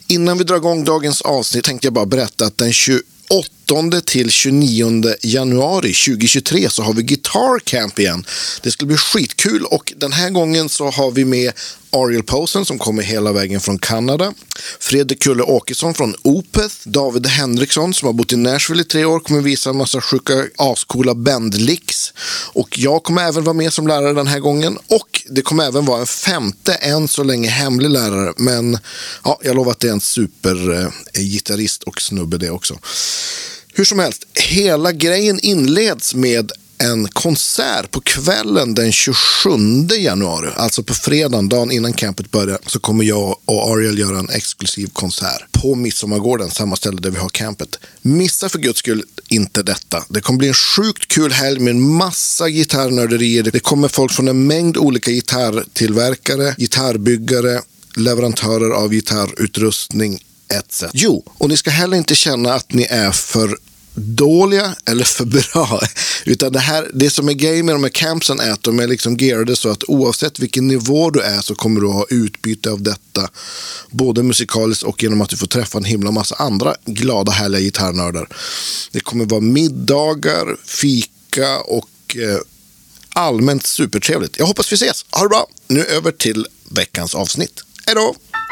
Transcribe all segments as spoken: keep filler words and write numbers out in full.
Innan vi drar igång dagens avsnitt tänkte jag bara berätta att den tjugoåttonde till tjugonionde januari tjugohundratjugotre så har vi Guitar Camp igen. Det skulle bli skitkul och den här gången så har vi med Ariel Posen som kommer hela vägen från Kanada, Fredrik Kulle Åkesson från Opeth, David Henriksson som har bott i Nashville i tre år kommer visa en massa sjuka ascoola bandlicks, och jag kommer även vara med som lärare den här gången, och det kommer även vara en femte än så länge hemlig lärare, men ja, jag lovar att det är en super eh, gitarrist och snubbe det också. Hur som helst, hela grejen inleds med en konsert på kvällen den tjugosjunde januari, alltså på fredagen, dagen innan campet börjar, så kommer jag och Ariel göra en exklusiv konsert på Midsommargården, samma ställe där vi har campet. Missa för guds skull inte detta. Det kommer bli en sjukt kul helg med en massa gitarrnörderier. Det kommer folk från en mängd olika gitarrtillverkare, gitarrbyggare, leverantörer av gitarrutrustning et cetera. Jo, och ni ska heller inte känna att ni är för dåliga eller för bra, utan det här, det som är grejen med de här campsen är att de är liksom gearade så att oavsett vilken nivå du är så kommer du ha utbyte av detta, både musikaliskt och genom att du får träffa en himla massa andra glada härliga gitarrnördar. Det kommer vara middagar, fika och eh, allmänt supertrevligt. Jag hoppas vi ses. Ha det bra. Nu över till veckans avsnitt. Hej då!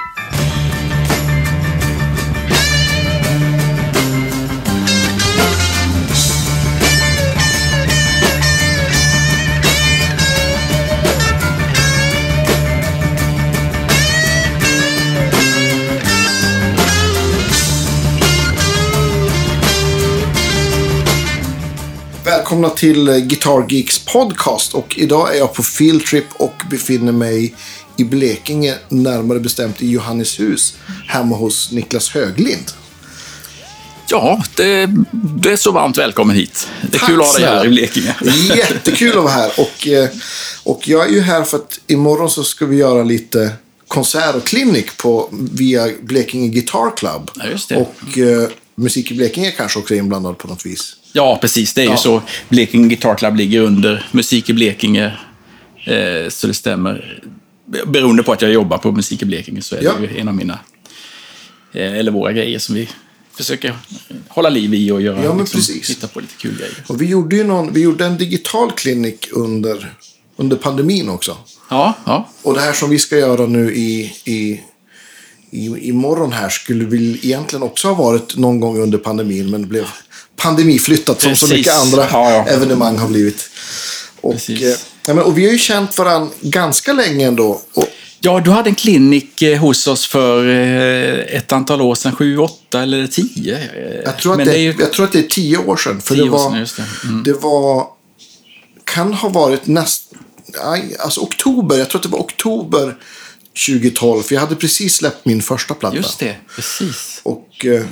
Välkomna till Guitar Geeks podcast, och idag är jag på fieldtrip och befinner mig i Blekinge, närmare bestämt i Johanneshus, hemma hos Niklas Höglind. Ja, det, det är så varmt välkommen hit. Det är Tack, kul att ha dig här i Blekinge. Jättekul att vara här, och, och jag är ju här för att imorgon så ska vi göra lite konsert och klinik på, via Blekinge Guitar Club. Ja, just det. Och uh, Musik i Blekinge kanske också är inblandad på något vis. Ja, precis. Det är ja. ju så. Blekinge Guitar Club ligger under Musik i Blekinge. Eh, så det stämmer. Beroende på att jag jobbar på Musik i Blekinge så är ja. det ju en av mina, eh, eller våra grejer som vi försöker hålla liv i och göra, ja, men liksom, precis. hitta på lite kul grejer. Och vi gjorde ju någon, vi gjorde en digital klinik under, under pandemin också. Ja, ja. Och det här som vi ska göra nu i, i, i, imorgon här skulle vi egentligen också ha varit någon gång under pandemin, men det blev pandemiflyttat som Precis. så mycket andra ja, ja. evenemang har blivit. Och, eh, ja, men, och vi har ju känt varandra ganska länge ändå. Och, ja, du hade en klinik hos oss för ett antal år sedan, sju, åtta eller tio. Jag tror, att det, det är ju... jag tror att det är tio år sedan. För det var, sedan, just det. Mm. det var, kan ha varit näst, alltså oktober, jag tror att det var oktober tjugohundratolv. För jag hade precis släppt min första platta. Just det, precis. Och... Eh,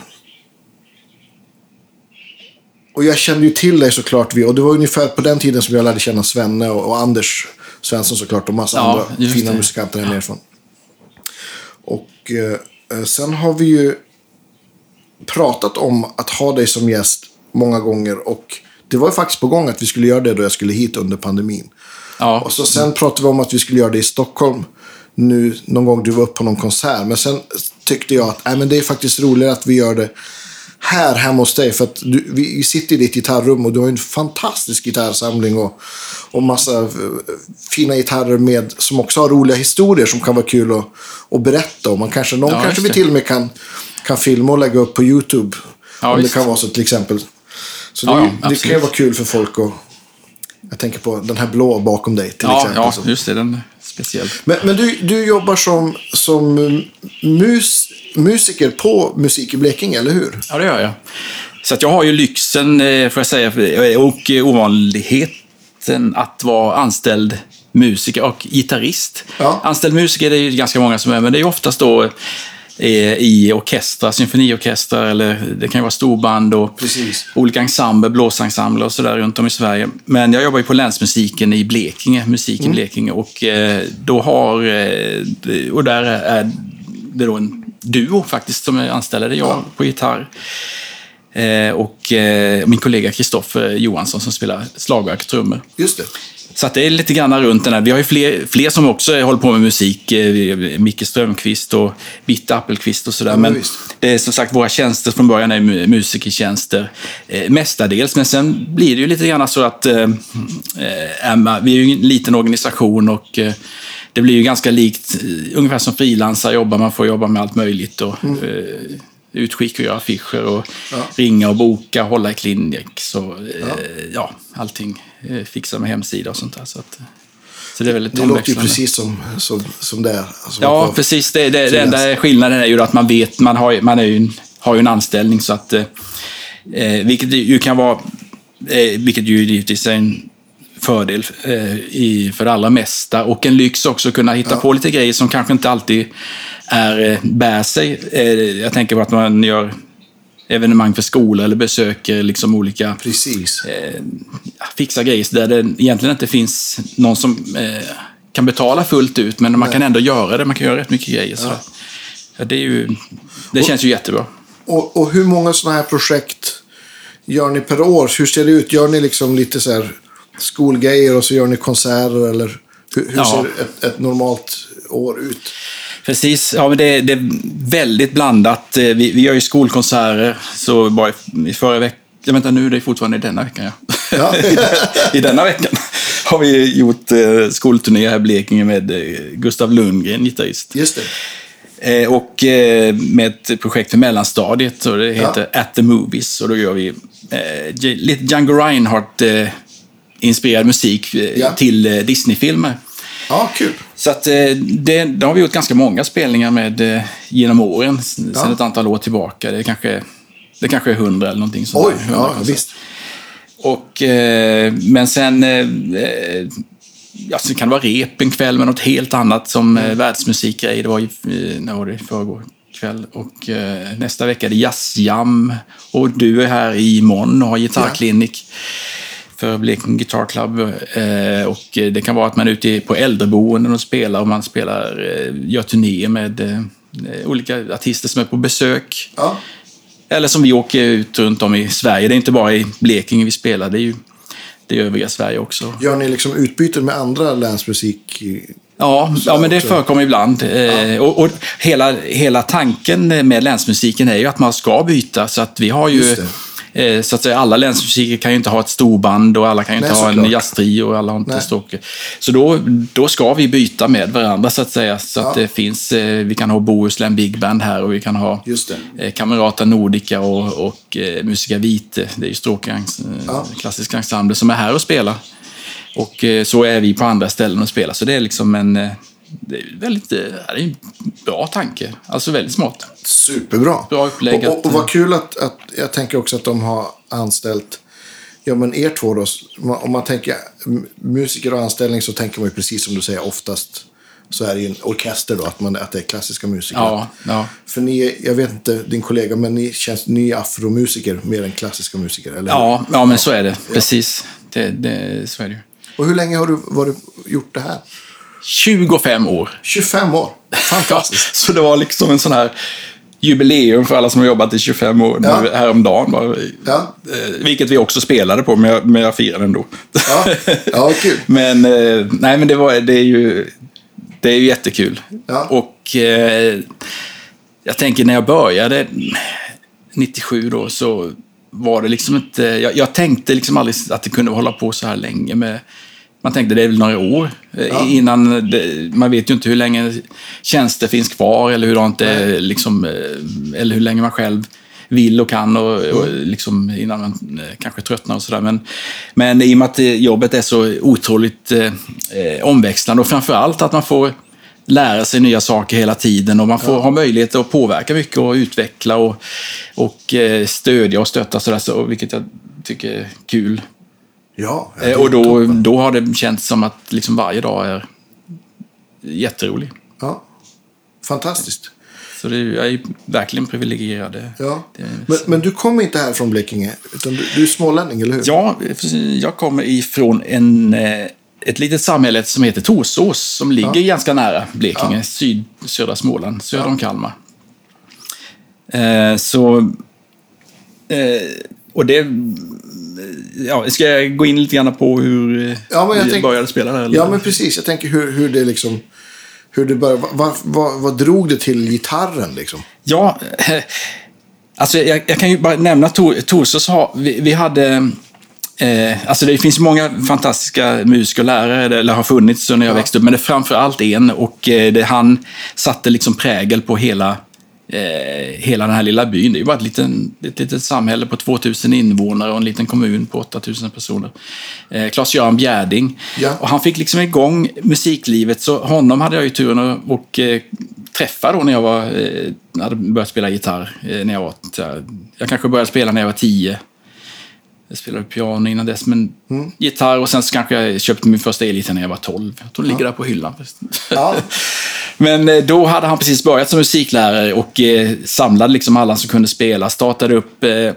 Och jag kände ju till dig såklart. Och det var ungefär på den tiden som jag lärde känna Svenne och, och Anders Svensson såklart. Och massa ja, andra fina det. musikanter här ja. nerifrån. Och eh, sen har vi ju pratat om att ha dig som gäst många gånger. Och det var ju faktiskt på gång att vi skulle göra det då jag skulle hit under pandemin. Ja. Och så sen pratade vi om att vi skulle göra det i Stockholm. Nu någon gång du var upp på någon konsert. Men sen tyckte jag att äh, men det är faktiskt roligare att vi gör det här hemma hos dig, för att du, vi sitter i ditt gitarrum och du har en fantastisk gitarrsamling och, och massa fina gitarrer med, som också har roliga historier som kan vara kul att, att berätta om. Man kanske, någon ja, kanske vi till och med kan, kan filma och lägga upp på YouTube ja, om det kan vara så till exempel. Så det, ja, det kan ju vara kul för folk att, jag tänker på den här blå bakom dig till ja, exempel. Ja, just det, den är speciell. Men, men du, du jobbar som, som mus, musiker på Musik i Blekinge, eller hur? Ja, det gör jag. Så att jag har ju lyxen, får jag säga, och ovanligheten att vara anställd musiker och gitarrist. Ja. Anställd musiker, det är ju ganska många som är, men det är oftast då i orkestrar, symfoniorkestrar, eller det kan ju vara storband och Precis. olika ensembler, blåsensembler och sådär runt om i Sverige. Men jag jobbar ju på Länsmusiken i Blekinge, Musik i mm. Blekinge, och då har, och där är det då en duo faktiskt som är anställda, det är jag ja. på gitarr. och min kollega Kristoffer Johansson som spelar slagverk och trummor. Just det. Så att det är lite grann runt den här. Vi har ju fler, fler som också håller på med musik. Micke Strömqvist och Bitte Appelqvist och sådär. Ja, men visst. Det är som sagt, våra tjänster från början är musikertjänster. Eh, mestadels. Men sen blir det ju lite grann så att eh, Emma, vi är ju en liten organisation och eh, det blir ju ganska likt, ungefär som frilansare jobbar. Man får jobba med allt möjligt och mm. eh, utskick och göra affischer och ja. ringa och boka, hålla i klinik. Så ja, eh, ja allting eh, fixa med hemsida och sånt där. Så, att, så det är väldigt det låter ju precis som, som, som det är. Alltså ja, på, precis. Det, det, det enda skillnaden är ju att man vet, man har, man är ju, har ju en anställning så att eh, vilket ju kan vara, eh, vilket ju givetvis är en fördel eh, i, för det allra mesta och en lyx också att kunna hitta ja. på lite grejer som kanske inte alltid är, bär sig. Eh, jag tänker på att man gör evenemang för skolor eller besöker liksom olika Precis. Eh, fixa grejer där det egentligen inte finns någon som eh, kan betala fullt ut men man Nej. kan ändå göra det, man kan göra rätt mycket grejer. Så. Ja. Ja, det är ju, det och, känns ju jättebra. Och, och hur många sådana här projekt gör ni per år? Hur ser det ut? Gör ni liksom lite så här skolgrejer och så gör ni konserter eller hur, hur ja. ser ett, ett normalt år ut? Precis, ja, men det, det är väldigt blandat. Vi, vi gör ju skolkonserter så bara i, i förra veckan, jag väntar nu, det är fortfarande i denna veckan ja. ja. I, I denna veckan har vi gjort eh, skolturné här i Blekinge med eh, Gustav Lundgren, gitarrist. Just det. Eh, och eh, med ett projekt för mellanstadiet och det heter ja. At the Movies och då gör vi eh, lite Django Reinhardt eh, inspirerad musik eh, ja. till eh, Disney-filmer. Ja, kul. Så att det, det har vi gjort ganska många spelningar med genom åren, sen ja. ett antal år tillbaka. Det är kanske, det kanske är hundra eller någonting sånt. Oj, ja, visst. Och, men sen ja, så kan det vara rep en kväll med något helt annat som mm. världsmusikgrej. Det var ju, när var det förrgår kväll. Och nästa vecka är det jazzjam. Och du är här imorgon och har gitarrklinik. Ja. För Blekinge Guitar Club eh, och det kan vara att man är ute på äldreboenden och spelar och man spelar, eh, gör turnéer med eh, olika artister som är på besök. Ja. Eller som vi åker ut runt om i Sverige. Det är inte bara i Blekinge vi spelar, det är ju det är övriga Sverige också. Gör ni liksom utbyten med andra länsmusik? Ja, ja, men det förekommer ibland. Ja. Och, och hela, hela tanken med länsmusiken är ju att man ska byta så att vi har ju så att säga, alla länsmusiker kan ju inte ha ett storband och alla kan ju inte Nej, ha en jazztrio och alla har inte stråker. Så då, då ska vi byta med varandra så att säga. Så ja. att det finns, vi kan ha Bohuslän Big Band här och vi kan ha Kamerata Nordica och, och Musica Vite. Det är ju stråkens ja. klassisk ensemble som är här och spelar. Och så är vi på andra ställen och spelar. Så det är liksom en... Det är väldigt, det är en bra tanke. Alltså väldigt smart. Superbra. Bra upplägg. Och, och, och vad kul att, att jag tänker också att de har anställt ja men er två då. Om man tänker musiker och anställning så tänker man ju precis som du säger oftast så är det ju en orkester då att, man, att det är klassiska musiker. Ja, ja. För ni, jag vet inte din kollega men ni känns ni afromusiker mer än klassiska musiker eller? Ja, ja men så är det. Precis. Det, det, så är det ju. Och hur länge har du varit, gjort det här? tjugofem år. tjugofem år. Fantastiskt. Så det var liksom en sån här jubileum för alla som har jobbat i tjugofem år ja. häromdagen. Var, ja. Vilket vi också spelade på, men jag, men jag firade ändå. Ja, ja kul. men, nej, men det, var, det är ju det är ju jättekul. Ja. Och eh, jag tänker när jag började nittiosju då så var det liksom inte... Jag, jag tänkte liksom aldrig att det kunde hålla på så här länge med... Man tänkte det är väl några år ja. innan det, man vet ju inte hur länge tjänster finns kvar eller hur det är liksom, eller hur länge man själv vill och kan och, och liksom innan man kanske tröttnar och sådär. Men, men i och med att jobbet är så otroligt eh, omväxlande och framförallt att man får lära sig nya saker hela tiden och man får ja. ha möjlighet att påverka mycket och utveckla och, och eh, stödja och stötta sådär, så, vilket jag tycker är kul. Ja, och då, då har det känts som att liksom varje dag är jätterolig. Ja, fantastiskt. Så det är, jag är verkligen privilegierad. Ja. Men, men du kommer inte här från Blekinge, utan du, du är smålänning, eller hur? Ja, jag kommer ifrån en, ett litet samhälle som heter Torsås som ligger ja. ganska nära Blekinge, ja. syd, södra Småland, söder om ja. Kalmar. Eh, så... Eh, och det ja, ska jag gå in lite grann på hur ja, men jag vi tänk, började spela där? Eller? Ja, men precis. Jag tänker hur, hur det liksom... Hur det började, vad, vad, vad drog det till gitarren liksom? Ja, alltså jag, jag kan ju bara nämna Torsås. Vi, vi hade... Eh, alltså det finns många fantastiska musiker och lärare, eller har funnits när jag ja. växte upp, men det är framförallt en, och eh, det, han satte liksom prägel på hela, eh, hela den här lilla byn. Det är ju bara ett litet, ett litet samhälle på tvåtusen invånare och en liten kommun på åttatusen personer. Eh, Claes-Göran Bjärding. Ja. Och han fick liksom igång musiklivet, så honom hade jag ju turen att och, eh, träffa då när jag var, eh, hade börjat spela gitarr. Eh, när jag, var, jag kanske började spela när jag var tio. Jag spelade piano innan dess, men mm. gitarr, och sen så kanske jag köpte min första elgitarr när jag var tolv. Jag tror den ligger ja. där på hyllan. Ja. Men då hade han precis börjat som musiklärare och eh, samlade liksom alla som kunde spela. Startade upp eh,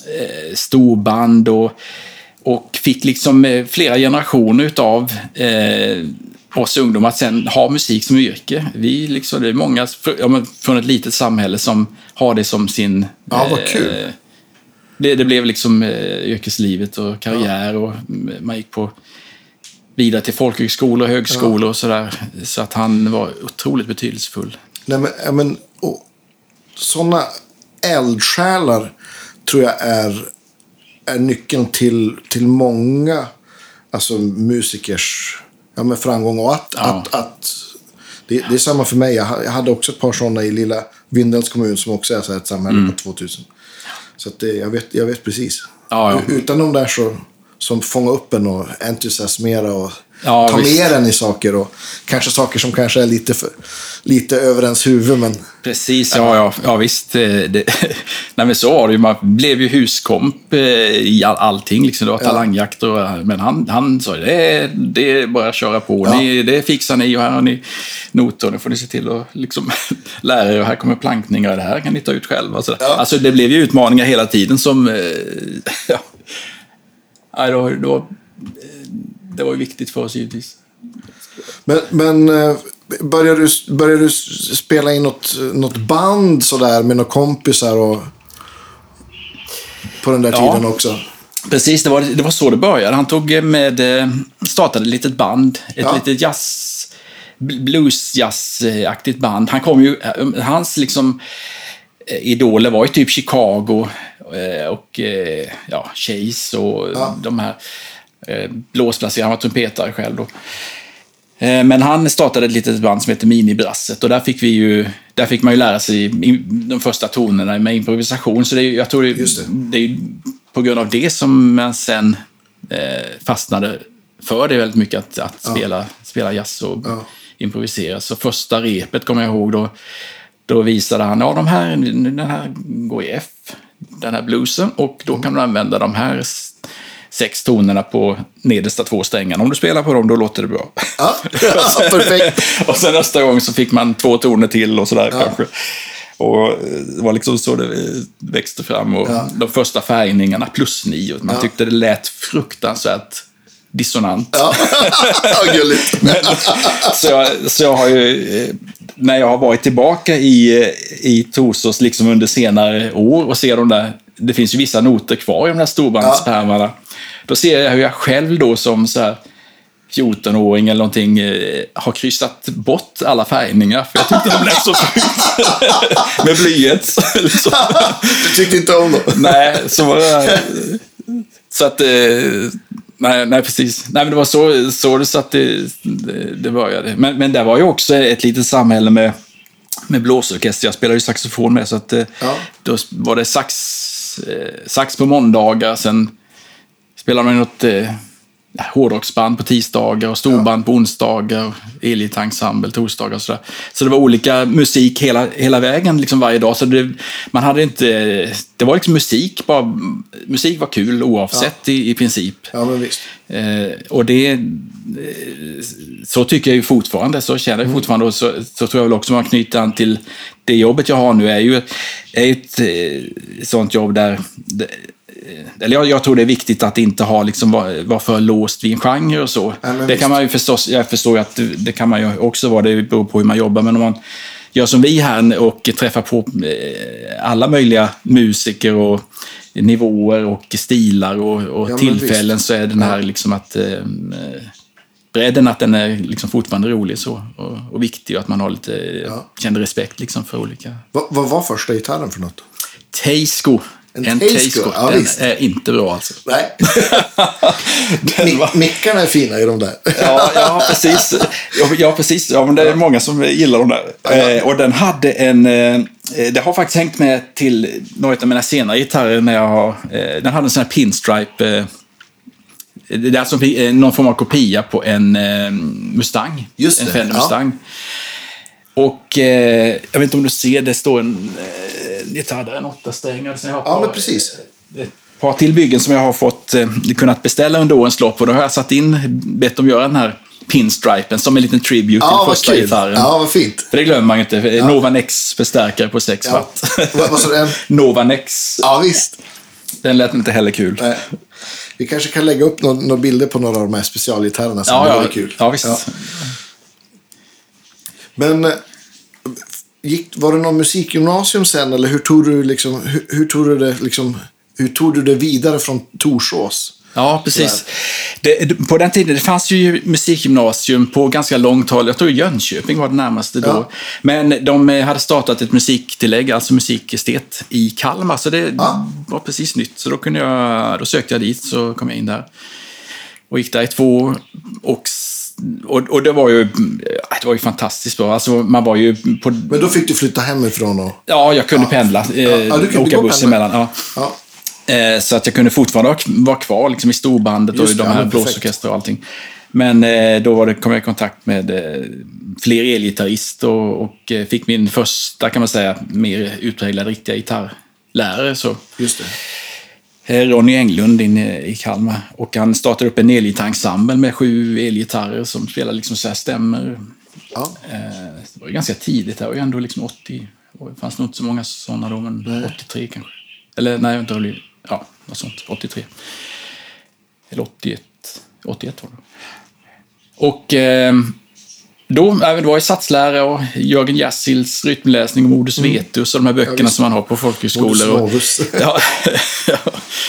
storband och, och fick liksom eh, flera generationer utav eh, oss ungdomar att sen ha musik som yrke. Vi liksom, det är många från ett litet samhälle som har det som sin... Ja, vad kul. Eh, Det, det blev liksom eh, yrkeslivet och karriär, ja. och man gick på vidare till folkhögskolor och högskolor ja. och sådär. Så att han var otroligt betydelsefull. Nej, men, men, och, såna eldsjälar tror jag är, är nyckeln till, till många alltså, musikers ja, med framgång. Och att, ja. att, att det, det är samma för mig. Jag hade också ett par sådana i lilla Vindelns kommun som också är så här ett samhälle mm. på tvåtusen. Så att det, jag, vet, jag vet precis. Ja, ja. Utan de där så, som fångar upp en och entusiasmera och ja, ta med en i saker. Och kanske saker som kanske är lite, för, lite över ens huvud. Men... Precis, ja, ja, ja visst. Det, nej, men så var det ju. Man blev ju huskomp i all, allting. Liksom. Det var talangjakt. Och, men han, han sa det, det är bara att köra på. Ja. Ni, det fixar ni och här har ni noter. Nu får ni se till att liksom, lära er. Och här kommer plankningar. Det här kan ni ta ut själva. Ja. Alltså, det blev ju utmaningar hela tiden som... Ja, nej, då, då, det var ju viktigt för oss givetvis. Men, men började, du, började du spela in något, något band sådär med några kompisar och på den där ja, tiden också? Precis, det var, det var så det började. Han tog med, startade ett litet band, ett ja. litet jazz, blues-jazz-aktigt band. Han kom ju, hans liksom idoler var ju typ Chicago och ja, Chase och ja. de här blåsplacerade, han var trumpetare själv då. Men han startade ett litet band som heter Mini-Brasset, och där fick vi ju, där fick man ju lära sig de första tonerna med improvisation, så det är, jag tror det, det. det är på grund av det som man sen eh, fastnade för det väldigt mycket att, att ja. spela, spela jazz och ja. improvisera. Så första repet kommer jag ihåg då, då visade han, ja de här, den här går i F, den här bluesen, och då kan du använda de här sex tonerna på nedersta två strängarna. Om du spelar på dem, då låter det bra. Ja, ja perfekt. Och sen nästa gång så fick man två toner till och sådär ja. kanske. Och det var liksom så det växte fram. Och ja. de första färgningarna plus nio. Man ja. tyckte det lät fruktansvärt dissonant. Ja, gulligt. Men, så, jag, så jag har ju, när jag har varit tillbaka i, i Torsås liksom under senare år och ser de där, det finns ju vissa noter kvar i de där storbandspärmarna. Ja. Då ser jag hur jag själv då som så här fjorton-åring eller någonting eh, har kryssat bort alla färgningar, för jag tyckte de blev så fint. Med blyet. Liksom. Du tyckte inte om dem? Nej, så var det, så att eh, nej, nej, precis. Nej, men det var så, så det så att det, det, det började. Men, men det var ju också ett litet samhälle med, med blåsorkester. Jag spelade ju saxofon med, så att ja. då var det sax, eh, sax på måndagar, sen spelade man något eh, hårdrocksband på tisdagar och storband ja. på onsdagar, elgitarrensemble torsdagar och sådär. Så det var olika musik hela, hela vägen liksom varje dag. Så det, man hade inte, det var liksom musik, bara, musik var kul oavsett ja. i, i princip. Ja, men visst. Eh, och det, så tycker jag ju fortfarande, så känner jag fortfarande, och så, så tror jag väl också man knyter an till det jobbet jag har nu, är ju är ett, ett sånt jobb där det, eller jag, jag tror det är viktigt att inte ha liksom vara var för låst vid en genre och så. Ja, det visst. Kan man ju förstås, jag förstår ju att det, det kan man ju också vara, det beror på hur man jobbar, men om man gör som vi här och träffar på alla möjliga musiker och nivåer och stilar och, och ja, tillfällen, så är den här liksom att eh, bredden, att den är liksom fortfarande rolig så, och, och viktig, och att man har lite ja. känner respekt liksom för olika. Va, vad var första gitarren för något? Teisco. En, en Teisco, ja, den visst. Är inte bra alltså. Nej. var... Mickarna är fina i de där. ja, ja, precis. Ja, precis. Ja, men det är många som gillar de där. Ja. Eh, och den hade en... Eh, det har faktiskt hängt med till några av mina senare gitarrer när jag har... Eh, den hade en sån här pinstripe... Eh, det är alltså någon form av kopia på en eh, Mustang. Just det. En Fender Mustang. Ja. Och eh, jag vet inte om du ser, det står en eh, gitarr där, en åttasträngare. Ja, men precis. Ett par till byggen som jag har fått eh, kunnat beställa under årens lopp. Och då har jag satt in, bett dem göra den här pinstripen som en liten tribute ja, till första gitarren. Ja, vad fint. För det glömmer man ju inte. Ja. Nova Nex förstärkare på sex ja. watt. Vad, vad sa du? Nova Nex. Ja, visst. Den lät inte heller kul. Nej. Vi kanske kan lägga upp några, några bilder på några av de här specialgitarrerna som ja, ja, är kul. Ja, visst. Ja. Men gick, var det någon musikgymnasium sen, eller hur tog du liksom, hur, hur tog du det liksom, hur tog du det vidare från Torsås? Ja, precis. Det, på den tiden, det fanns ju musikgymnasium på ganska långt håll. Jag tror Jönköping var det närmaste då. Ja. Men de hade startat ett musiktillägg, alltså musikestet i Kalmar. Så det ja. var precis nytt. Så då, kunde jag, då sökte jag dit, så kom jag in där. Och gick där i två år. Och, och, och det var ju det var ju fantastiskt bra. Alltså, man var ju på... Men då fick du flytta hemifrån? Och... Ja, jag kunde ja. pendla. Ja. Ja, du kunde åka buss emellan. Ja. Ja. Så att jag kunde fortfarande vara kvar liksom i storbandet. Just och i de här blåsorkestrar och allting. Men då var det, kom jag i kontakt med fler elgitarrister och, och fick min första, kan man säga, mer utpräglade riktiga gitarrlärare. Så. Just det. Ronny Englund inne i Kalmar. Och han startade upp en elgitarrensemble med sju elgitarrer som spelar liksom så här stämmer. Ja. Det var ganska tidigt. Det var ju ändå liksom åttio. Och det fanns nog inte så många sådana då, men nej. åttiotre kanske. Eller nej, inte roligt. Ja, något sånt. åttiotre. Eller åttioett. åttioett var det. Och eh, då det var jag satslärare och Jörgen Jassils rytmläsning och Modus mm. Vetus och de här böckerna ja, som man har på folkhögskolor. Modus och, ja, ja.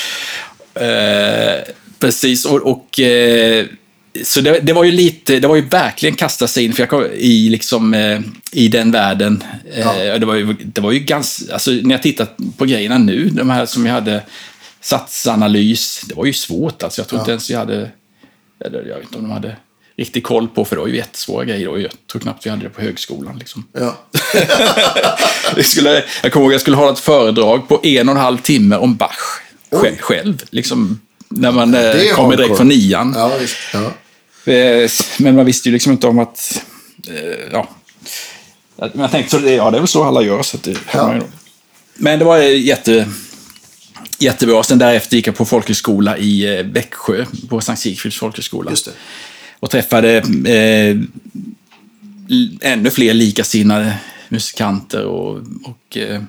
Eh, precis. Och, och eh, så det, det var ju lite, det var ju verkligen kasta sig in för jag kom i liksom eh, i den världen. Ja. Eh, det var ju det var ju ganska, alltså när jag tittar på grejerna nu, de här som jag hade satsanalys, det var ju svårt alltså. Jag tror ja. inte ens jag hade jag vet inte om de hade riktigt koll på, för det var ju jättesvåra grejer och jag tror knappt vi hade det på högskolan liksom. Ja. det skulle, jag kommer ihåg jag skulle hålla ett föredrag på en och en halv timme om Bach själv, själv liksom. När man eh, kommer direkt från nian. Ja, visst. Ja. Men man visste ju liksom inte om att... Eh, ja. Men jag tänkte, så det, ja, det är väl så alla gör. Så att det, ja. Men det var jätte, jättebra. Sen därefter gick jag på folkhögskola i eh, Växjö. På Sankt Sigfrids folkhögskola. Just det. Och träffade eh, ännu fler likasinnade musikanter. Och... och eh,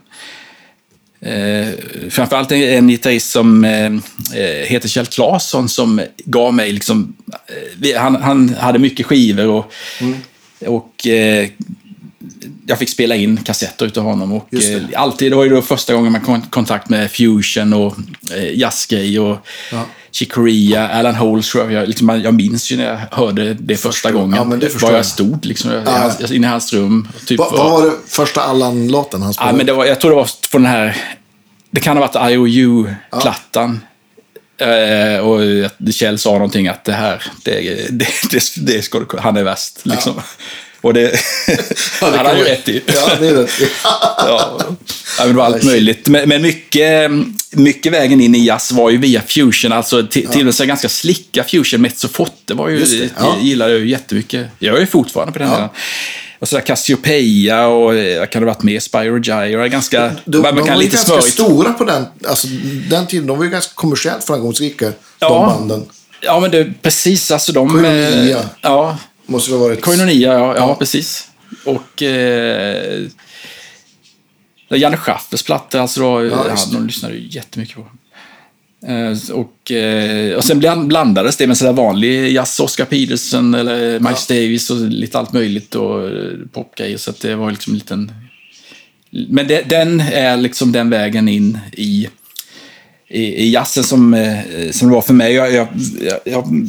Eh, framförallt en, en gitarrist som eh, heter Kjell Claesson som gav mig liksom, eh, han, han hade mycket skivor och, mm. och eh, jag fick spela in kassetter utav honom och eh, alltid, det var ju då första gången man kom i kontakt med fusion och eh, jazzgrej och ja. Chick Corea, Alan Holdsworth. Jag, liksom, jag minns ju när jag hörde det första förstår. gången. Ja, men det var jag stod liksom, jag, ja. jag, inne i hans rum. Typ, Va, vad var det första Alan-låten han spelade? Ja, men det var, jag tror det var från den här, det kan ha varit I O U-plattan. Ja. Eh, och Kjell sa någonting att det här, det, det, det, det ska, han är värst. Liksom. Ja. Och det, ja, det han har ju rätt i. Ja, det är rätt. ja. Ja, men det var allt möjligt. Men, men mycket, mycket vägen in i jazz var ju via fusion. Alltså till, ja. till och med ganska slicka fusion. Mezzo forte var ju, det, ja. jag gillade ju jättemycket. Jag är ju fortfarande på den ja. här. Och så där Cassiopeia och jag kan ha varit med Spyro Gyra. Ganska, de, man de kan var lite ju ganska smörigt. stora på den, alltså, den tiden. De var ju ganska kommersiellt framgångsrika, ja. de banden. Ja, men det precis. Alltså de... Koinonia. Ja. Måste det ha varit... Koinonia, ja, ja, ja. precis. Och... Eh, Janne Schaffers plattor, alltså då, ja, ja, de lyssnade ju jättemycket på. Eh, och, eh, och sen blandades det med sådär vanlig jazz, Oscar Peterson eller Miles ja. Davis och lite allt möjligt och popgrejer, så att det var liksom en liten men det, den är liksom den vägen in i, i, i jazzen som, eh, som det var för mig. Jag, jag, jag, jag,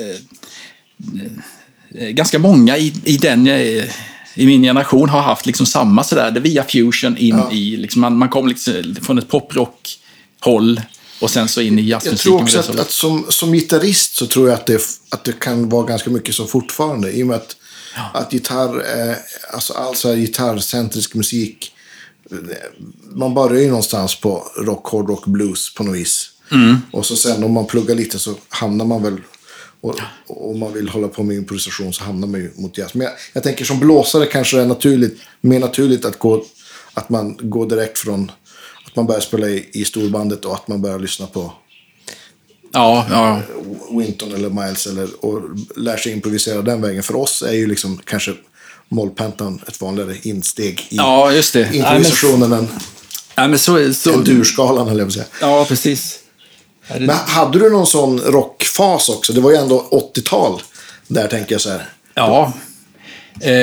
eh, ganska många i, i den eh, i min generation har haft liksom samma sådär, det via fusion in ja. i, liksom, man, man kom liksom från ett poprock-håll och sen så in i jazzmusiken. Jag tror också att, att som, som gitarrist så tror jag att det, att det kan vara ganska mycket som fortfarande, i och med att, ja. att gitarr, eh, alltså all så här gitarrcentrisk musik, man börjar ju någonstans på rock, hård rock, blues på något vis. Mm. Och så sen om man pluggar lite så hamnar man väl, och om man vill hålla på med improvisation så hamnar man ju mot jazz. Men jag, jag tänker som blåsare kanske det är naturligt, mer naturligt att, gå, att man går direkt från att man börjar spela i, i storbandet och att man börjar lyssna på ja, ja. Winton eller Miles eller, och lär sig improvisera den vägen. För oss är ju liksom kanske mollpentan ett vanligare insteg i ja, just det. improvisationen Nej, men, än, nej, men så, så, en durskalan, eller jag vill säga. Ja, precis. Men hade du någon sån rockfas också? Det var ju ändå åttiotal där, tänker jag så här. Ja. Eh,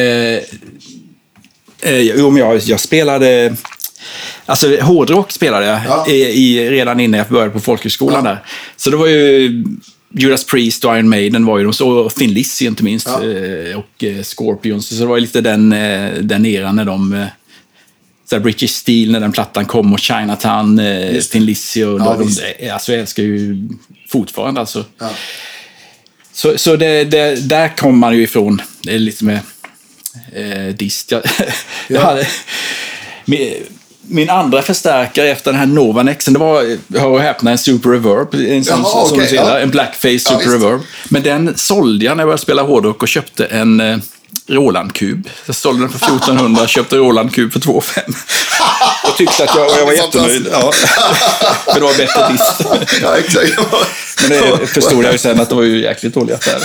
eh, jo, men jag, jag spelade... Alltså hårdrock spelade jag ja. i, i, redan innan jag började på folkhögskolan ja. där. Så det var ju Judas Priest och Iron Maiden var ju de, så Thin Lizzy inte minst ja. eh, och eh, Scorpions. Så det var ju lite den, eh, den eran när de... Eh, så British Steel när den plattan kom och Chinatown, eh, Thin Lizzy och ja, de, de, alltså jag älskar ju fortfarande alltså. Ja. Så, så det, det, där kom man ju ifrån. Det är lite med eh, dist. Jag, ja. jag hade, min, min andra förstärkare efter den här Novanexen, det var, hör och häpna, en Super Reverb. En, sån, Jaha, som okay, ja. en Blackface Super ja, Reverb. Men den sålde jag när jag började spela hårdrock och köpte en... Eh, Roland-kub. Jag sålde den för fjortonhundra och köpte Roland-kub för två fem. Jag tyckte att jag, jag var jättenöjd. Ja. För det var bättre dist. Ja, exakt. Men det förstod jag ju sen att det var ju jäkligt dåliga affärer.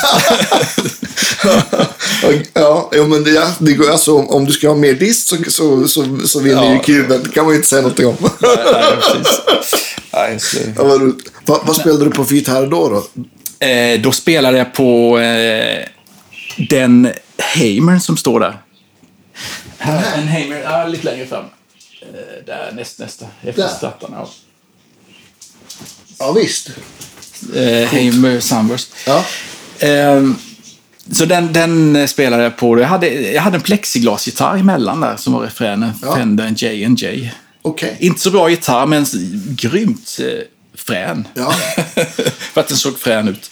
Ja, ja, men det, det går alltså, om du ska ha mer dist så, så, så, så vinner ja. ju kuben. Det kan man ju inte säga något om. Nej, nej, precis. Nej, så... ja, vad, vad, vad spelade du på för gitarr då? Då, eh, då spelade jag på eh, den Hamer som står där. Här, en Hamer, ja, lite längre fram. Eh, där näst, nästa, efter starten. Ja. Ja, visst. Eh, Hamer Sunburst. Ja. Eh, så den, den spelade jag på. Jag hade, jag hade en plexiglasgitarr emellan där som var refränen. Ja. Fender J and J. Okay. Inte så bra gitarr, men grymt eh, frän. Ja. För att den såg frän ut.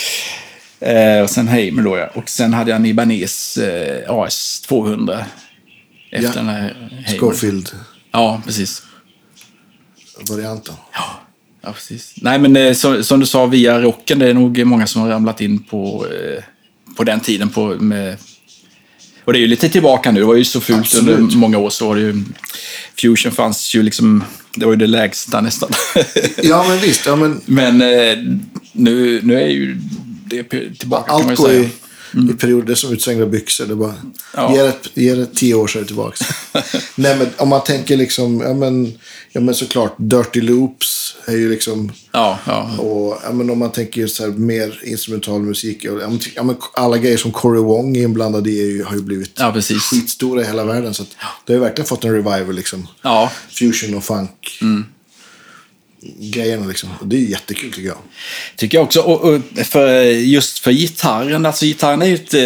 Eh, och sen Hamer då, ja. Och sen hade jag en Ibanez eh, A S tvåhundra. Efter ja. den här Hamer. Schofield. Ja, precis. Varianten. Ja, ja precis. Nej, men eh, så, som du sa, via rocken, det är nog många som har ramlat in på, eh, på den tiden. På, med, och det är ju lite tillbaka nu. Det var ju så fult Absolut. under många år. Så var det ju, Fusion fanns ju liksom, det var ju det lägsta nästan. Ja, men visst. Ja, men men eh, nu, nu är ju det tillbaka, allt kan man ju säga. Mm. I perioder som utsvängda byxor. Det bara ja. ger, ett, ger ett tio år sedan tillbaka. Nej, men om man tänker liksom, ja men, ja men såklart, Dirty Loops är ju liksom, ja, ja. och ja men om man tänker så här mer instrumental musik, ja men, ja men alla grejer som Cory Wong är inblandad i är ju, har ju blivit ja, skitstora i hela världen, så att det har ju verkligen fått en revival liksom. Ja. Fusion och funk. Mm. Grejerna liksom. Och det är jättekul tycker jag. Tycker jag också. Och, och för, just för gitarren. Alltså gitarren är ju ett,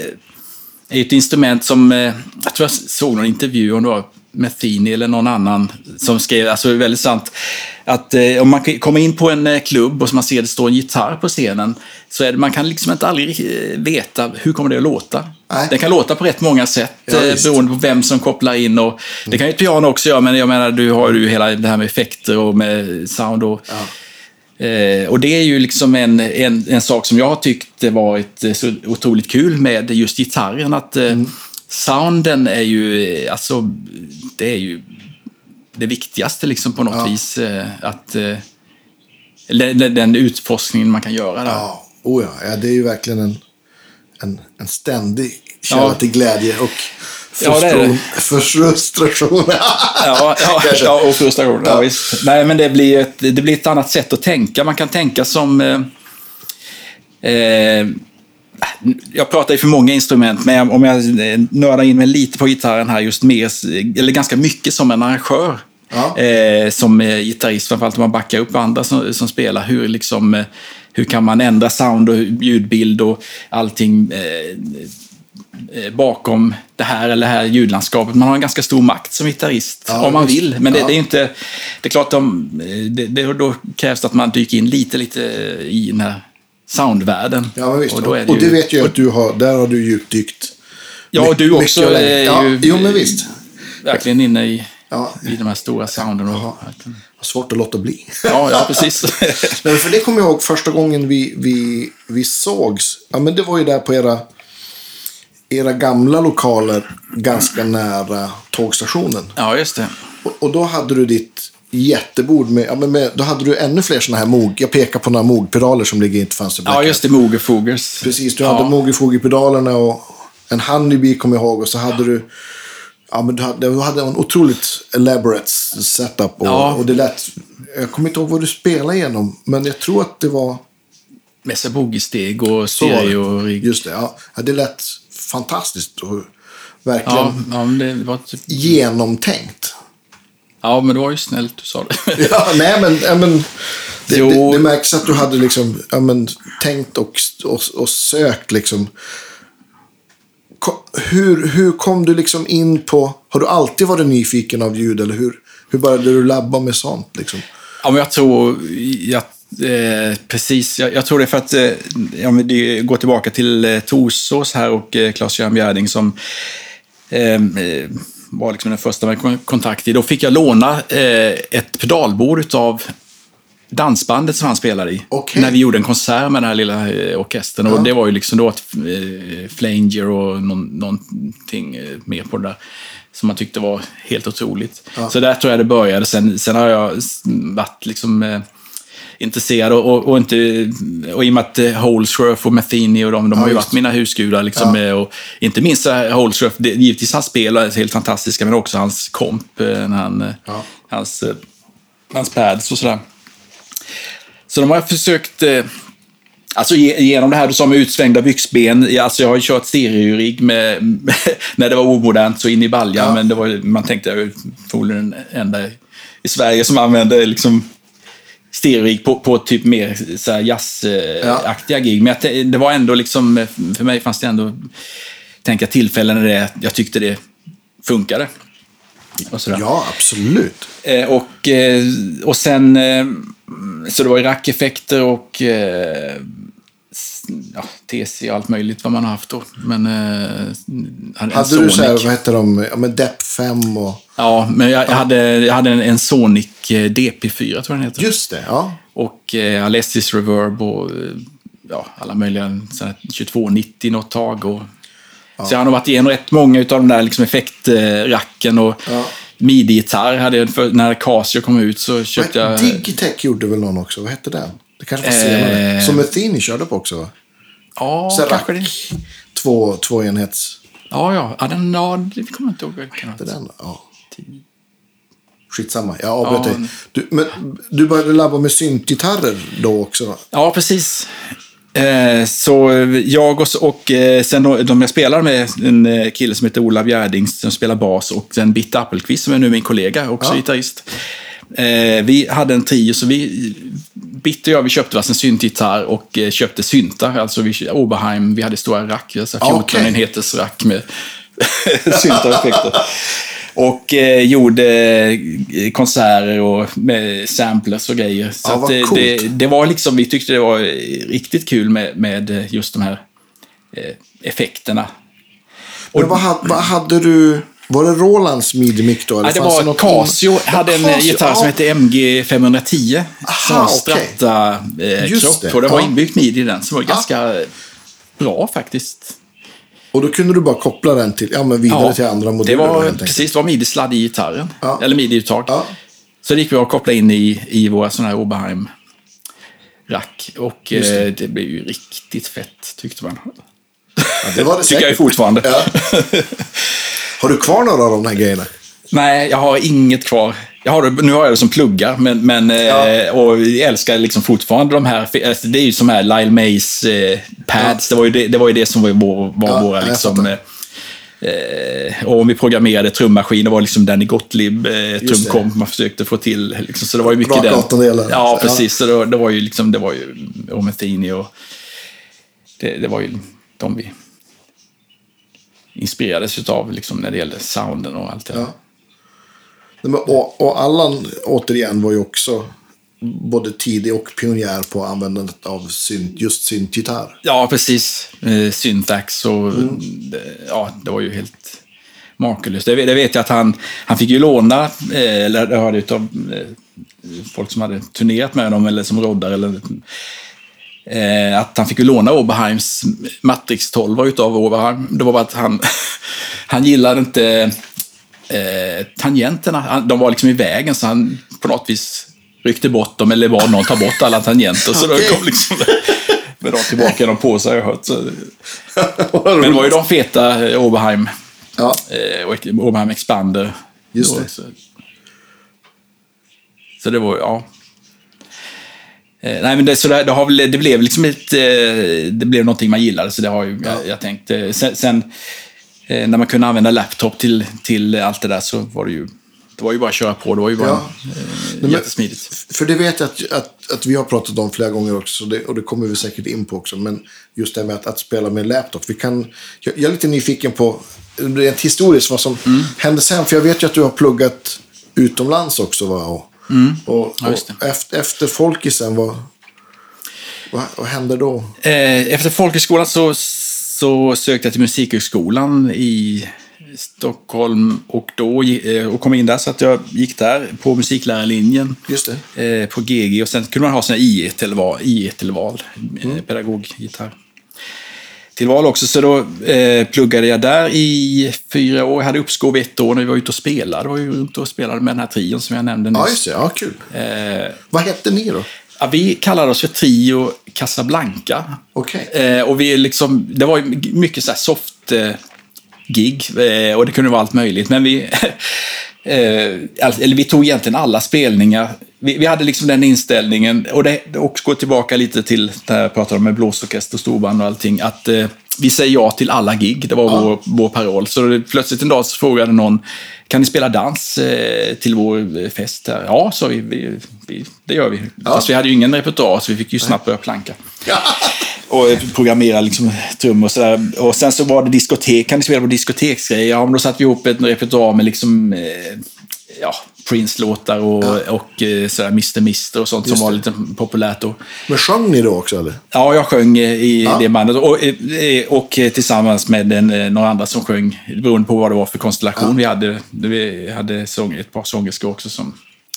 är ett instrument som, jag tror jag såg någon intervju om det var Metheny eller någon annan som skrev, alltså det är väldigt sant, att om man kommer in på en klubb och så man ser det står en gitarr på scenen, så är det, man kan liksom inte aldrig veta hur kommer det att låta. Nej. Den kan låta på rätt många sätt, ja, beroende på vem som kopplar in, och mm. det kan ju piano också göra, men jag menar, du har ju hela det här med effekter och med sound och ja. eh, och det är ju liksom en, en, en sak som jag har tyckt varit så otroligt kul med just gitarren, att mm. sounden är ju, alltså det är ju det viktigaste liksom på något ja. vis, att den, den utforskningen man kan göra där. Ja, oh ja. Ja, det är ju verkligen en, en, en ständig källa ja. till glädje och frustration. Ja, det är det. frustration. ja, ja, ja, och frustration. Ja. Ja, visst. Nej, men det blir, ett, det blir ett annat sätt att tänka. Man kan tänka som eh, eh, Jag pratar ju för många instrument, men om jag nördar in mig lite på gitarren här, just mer, eller ganska mycket som en arrangör. Ja. Eh, som gitarrist, framförallt om man backar upp andra som, som spelar. Hur, liksom, hur kan man ändra sound och ljudbild och allting eh, bakom det här eller det här ljudlandskapet. Man har en ganska stor makt som gitarrist, ja, om man vill. Men det, ja. det är inte... Det är klart, de, det, det, då krävs det att man dyker in lite, lite i den här soundvärlden. Ja, men visst. Och, då är det, och det ju, vet jag att du har, där har du djupdykt. Ja, och du också är ja, ju jo, men visst. Verkligen inne i, ja. i de här stora sounden. Och, ja. Svårt att låta bli. Ja, ja precis. Men för det kommer jag ihåg första gången vi, vi, vi sågs. Ja, men det var ju där på era, era gamla lokaler ganska nära tågstationen. Ja, just det. Och, och då hade du ditt jättebord med, ja, men med, då hade du ännu fler såna här mog. Jag pekar på några mogpedaler som ligger i ett fönster. Ja, just det, Mogerfogers. Precis, du hade ja. Mogerfogerpedalerna och en Honeybee kommer jag ihåg, och så hade du ja, men du hade, du hade en otroligt elaborate setup och, ja. och det lät, jag kommer inte ihåg vad du spelade igenom, men jag tror att det var Messa boogisteg och stereo. Just det, ja. Det lät fantastiskt och verkligen ja, ja, men det var typ... genomtänkt. Ja, men det var ju snällt du sa det. ja, nej, men, ja, men det, det, det märks att du hade liksom, ja, men, tänkt och, och, och sökt liksom. Hur, hur kom du liksom in på, har du alltid varit nyfiken av ljud, eller hur, hur började du labba med sånt liksom? Ja, men jag tror jag, eh, precis, jag, jag tror det är för att eh, ja, men det går tillbaka till eh, Torsås här och eh, Claes-Göran Bjärding som eh, var liksom den första med kontakt i. Då fick jag låna eh, ett pedalbord av dansbandet som han spelade i. Okay. När vi gjorde en konsert med den här lilla eh, orkestern. Ja. Och det var ju liksom då ett eh, flanger och någon, någonting eh, mer på det där. Som man tyckte var helt otroligt. Ja. Så där tror jag det började. Sen, sen har jag varit liksom eh, intresserad och, och, och inte och i och med att eh, Holsworth och Metheny och de, de ja, har ju varit mina husgudar liksom, ja. och inte minst Holsworth, det, givetvis hans spel är helt fantastiska, men också hans komp, när han, ja. hans, hans pads och sådär. Så de har försökt eh, alltså genom det här du sa med utsvängda byxben, alltså jag har ju kört stereorigg med, med när det var omodernt så in i balja, ja. men det var, man tänkte jag förmodligen den enda i Sverige som använde liksom stereorigg på, på typ mer så här jazzaktiga ja. gig, men jag, det var ändå liksom, för mig fanns det ändå tänka tillfällen när det, jag tyckte det funkade. Och sådär. Ja, absolut. Eh, och, eh, och sen eh, så det var ju rackeffekter och eh, ja, T C och allt möjligt vad man har haft då. Men eh, hade du så här, vad heter de, ja, med D E P fem och... Ja, men jag, jag hade, jag hade en, en Sonic D P fyra tror jag den heter. Just det, ja. Och eh, Alessis Reverb och ja, alla möjliga tjugotvå nittio något tag och ja. Så jag har nog varit igenom rätt många av de där liksom effektracken och ja. midi-gitarr hade jag för, när Casio kom ut så köpte jag... Digitech gjorde väl någon också, vad hette den? Det kanske var senare. Eh... Som Metheny körde på också, va? Ja, så kanske det. Två, två enhets... Ja, ja. ja, den, ja det kommer jag inte ihåg. Vad hette den? Ja. Skitsamma, jag avbröt ja. dig. Du, men du började labba med syntgitarrer då också? Ja, precis. Eh, så jag och, och eh, sen då, de jag spelar med en kille som heter Ola Bjärding som spelar bas och sen Bitt Appelqvist som är nu min kollega, också ja. gitarrist. Eh, vi hade en trio så vi Bitt och jag, vi köpte varsin syntgitarr och eh, köpte syntar, alltså vi, Oberheim, vi hade stora rack, alltså fjorton okay. enheters rack med syntareffekter. Och eh, gjorde konserter och med samplers och grejer. Så ja, att det, det, det var liksom, vi tyckte det var riktigt kul med, med just de här eh, effekterna. Och vad, vad hade du, var det Rolands midi-mick då? Eller ja, det var det Casio, in... hade en Casio, gitarr ja. som hette M G femhundratio. Aha, som stratta eh, kropp. Det. Och det var ja. inbyggt midi i den som var ja. ganska bra faktiskt. Och då kunde du bara koppla den till, ja, men vidare ja, till andra moduler. Det var precis, det var midi-sladd i gitarren. Ja. Eller midi-uttag. Ja. Så det gick vi att koppla in i, i våra sådana här Oberheim-rack. Och eh, det blev ju riktigt fett, tyckte man. Ja, det var det tycker jag fortfarande. Ja. Har du kvar några av de här grejerna? Nej, jag har inget kvar. Jag har det, nu har jag det som pluggar, men, men ja. Och jag älskar liksom fortfarande de här, det är ju som här Lyle Mays eh, pads, ja. det, var ju det, det var ju det som var, vår, var ja, våra liksom, eh, och om vi programmerade trummaskin, det var liksom Danny Gottlieb eh, trumkomp man försökte få till, liksom, så det var ju mycket den. Ja, precis, så det, det var ju liksom, det var ju Ometheny och det, det var ju de vi inspirerades utav liksom, när det gällde sounden och allt det. Ja. Och, och Allan, återigen, var ju också både tidig och pionjär på användandet av synt, just syntgitarr. Ja, precis. Eh, Syntax och mm. ja, det var ju helt makalöst. Det, det vet jag att han, han fick ju låna, eh, eller det hörde utav eh, folk som hade turnerat med dem eller som roddar eller eh, att han fick ju låna Oberheims Matrix tolv utav Oberheim. Det var bara att han han gillade inte Eh, tangenterna, de var liksom i vägen så han på något vis ryckte bort dem eller var någon tar bort alla tangenter så okay. Då kom liksom med dem tillbaka dem på sig, jag har hört. Så. Men det var ju de feta eh, Oberheim ja. eh, och Oberheim Expander. Just det. Så. så det var, ja. Eh, nej men det, så det, det, har väl, det blev liksom ett, eh, det blev någonting man gillade så det har ju, ja. jag, jag tänkte, sen, sen när man kunde använda laptop till, till allt det där så var det ju det var ju bara att köra på, det var ju bara ja. eh, jättesmidigt. För det vet jag att, att, att vi har pratat om flera gånger också det, och det kommer vi säkert in på också, men just det med att, att spela med laptop, vi kan, jag, jag är lite nyfiken på rent historiskt vad som mm. hände sen, för jag vet ju att du har pluggat utomlands också va? Och, mm. och, och ja, efter, efter Folkisen, vad, vad, vad hände då? Eh, efter Folkhögskolan så så sökte jag till Musikhögskolan i Stockholm och då och kom in där så att jag gick där på musiklärarlinjen. Just det. Eh, på G G och sen kunde man ha sina I E tillval, I E tillval mm. pedagoggitarr tillval också, så då eh, pluggade jag där i fyra år. Jag hade uppskov ett år när vi var ute och spelade. Jag var ju ute och spelade med den här trion som jag nämnde nyss. Ja, just det. Ja, kul. Eh, Vad hette ni då? Ja, vi kallade oss för Trio Casablanca. Okay. Eh, och vi liksom, det var ju mycket så här soft eh, gig eh, och det kunde vara allt möjligt. Men vi, eh, eller vi tog egentligen alla spelningar. Vi, vi hade liksom den inställningen, och det också går tillbaka lite till det jag pratade om med blåsorkester, storband och allting, att eh, vi säger ja till alla gig. Det var ja. vår, vår paroll. Så det, plötsligt en dag så frågade någon, kan ni spela dans eh, till vår fest här? Ja, så vi, vi, vi, det gör vi. Ja. Fast vi hade ju ingen repertoar så vi fick ju snabbt börja planka. Ja. Och programmera liksom trummor och sådär. Och sen så var det diskotek, kan ni spela på diskoteksgrejer? Ja, men då satt vi ihop ett repertoar med liksom, eh, ja, Prince-låtar och, ja. och eh, sådär mister Mister och sånt. Just som var lite populärt då. Men sjöng ni då också eller? Ja, jag sjöng i ja. det bandet och, och tillsammans med en, några andra som sjöng, beroende på vad det var för konstellation. Ja. Vi hade, vi hade sång, ett par sångerskor också som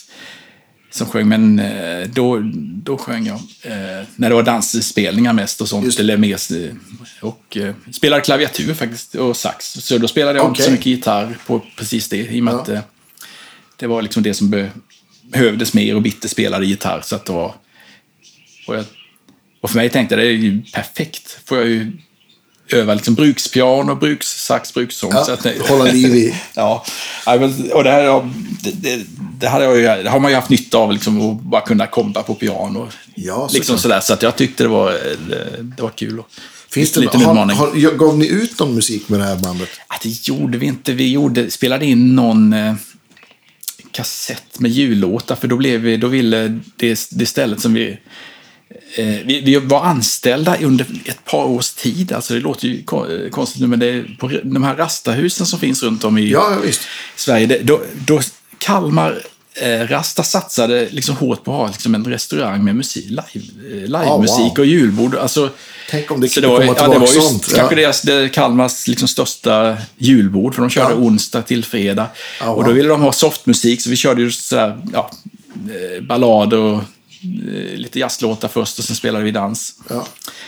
som sjöng, men då, då sjöng jag eh, när det var dansspelningar mest och sånt, eller mest, och eh, spelade klaviatur faktiskt och sax, så då spelade jag okay. inte så mycket gitarr på precis det, i och med ja. att eh, det var liksom det som be- behövdes mer, och Bitte spelade gitarr, så att det var, och, jag, och för mig tänkte jag det är ju perfekt, får jag ju öva liksom brukspiano, brukssax, brukssång. Ja, så att det, hålla liv i. Ja, och det här det, det, det, hade jag ju, det har man ju haft nytta av liksom, att bara kunna kompa på piano. Ja, så liksom sådär, så att jag tyckte det var, det, det var kul. Och finns det lite har, har, gav ni ut någon musik med det här bandet? Ja, det gjorde vi inte. Vi gjorde, spelade in någon eh, kassett med jullåtar, för då, blev vi, då ville det, det stället som vi Vi, vi var anställda under ett par års tid. Alltså det låter ju konstigt nu, men det är på de här rastahusen som finns runt om i ja, visst. Sverige. Det, då, då Kalmar eh, Rasta satsade liksom hårt på att ha liksom en restaurang med musik, live, live-musik oh, wow. och julbord. Alltså, tänk om det kunde komma tillbaka ja, det var ju sånt. Kanske ja. deras, Kalmars liksom största julbord, för de körde ja. onsdag till fredag. Oh, wow. Och då ville de ha softmusik, så vi körde ju sådär, ja, ballader och lite jazzlåtar först, och sen spelade vi dans. Ja.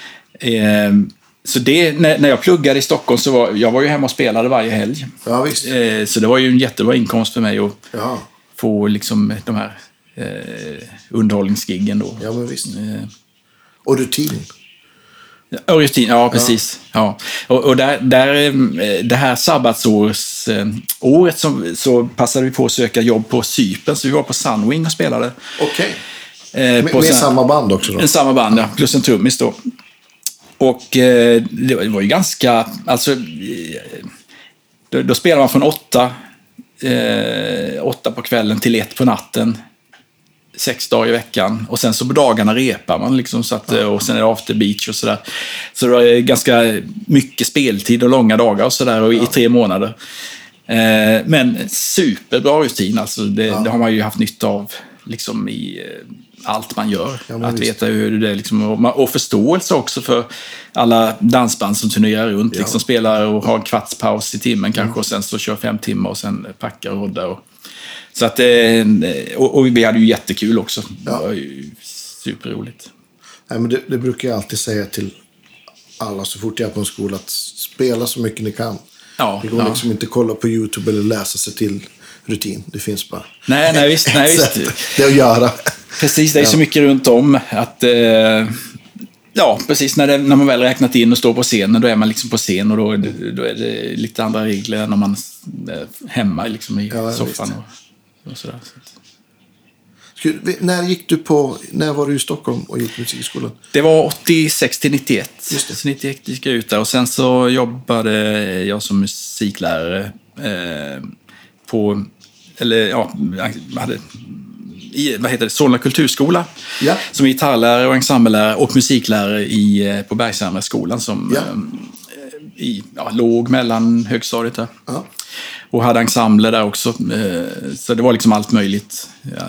Eh, så det, när, när jag pluggade i Stockholm så var jag var ju hemma och spelade varje helg. Ja, visst. Eh, så det var ju en jättebra inkomst för mig att ja. få liksom de här eh, underhållningsgiggen då. Ja, men visst. Eh. Och rutin. Ja, rutin, ja precis. Ja. Ja. Och, och där, där, det här sabbatsåret som, så passade vi på att söka jobb på Cypern, så vi var på Sunwing och spelade. Okej. Okay. Eh, med med samma band också då? En samma band, ja. Plus en trummis då. Och eh, det var ju ganska, alltså då, då spelade man från åtta, eh, åtta på kvällen till ett på natten. Sex dagar i veckan. Och sen så på dagarna repar man liksom, så att, och sen är det after beach och sådär. Så det var ganska mycket speltid och långa dagar och sådär, och i ja. tre månader. Eh, men superbra rutin, alltså det, ja. det har man ju haft nytta av liksom i allt man gör. Ja, att veta hur det är liksom, och, och förståelse också för alla dansband som turnerar runt, ja. liksom spelar och har en kvarts paus i timmen kanske, mm. och sen så kör fem timmar och sen packar och roddar och så att, och, och vi hade ju jättekul också. Ja. Det var ju superroligt. Nej, men det, det brukar jag alltid säga till alla så fort jag är på en skola, att spela så mycket ni kan. Ja, det går ja. liksom inte kolla på YouTube eller läsa sig till rutin. Det finns bara nej, nej, visst, nej, visst. det att göra. Precis, det är ja. så mycket runt om att eh, ja, precis när, det, när man väl räknat in och står på scenen, då är man liksom på scen, och då, då är det lite andra regler än om man är hemma liksom i ja, soffan och Och sådär. När gick du på, när var du i Stockholm och gick musikskolan? Det var åttiosex till nittioett. Så nittioett gick jag ut där, och sen så jobbade jag som musiklärare eh, på, eller ja, jag hade i, vad heter det, Solna kulturskola, ja. som gitarrlärare och ensemblelärare och musiklärare i, på Bergshamra-skolan som ja. eh, i, ja, låg mellan högstadiet där. Ja. Och hade ensembler där också. Så det var liksom allt möjligt. Ja.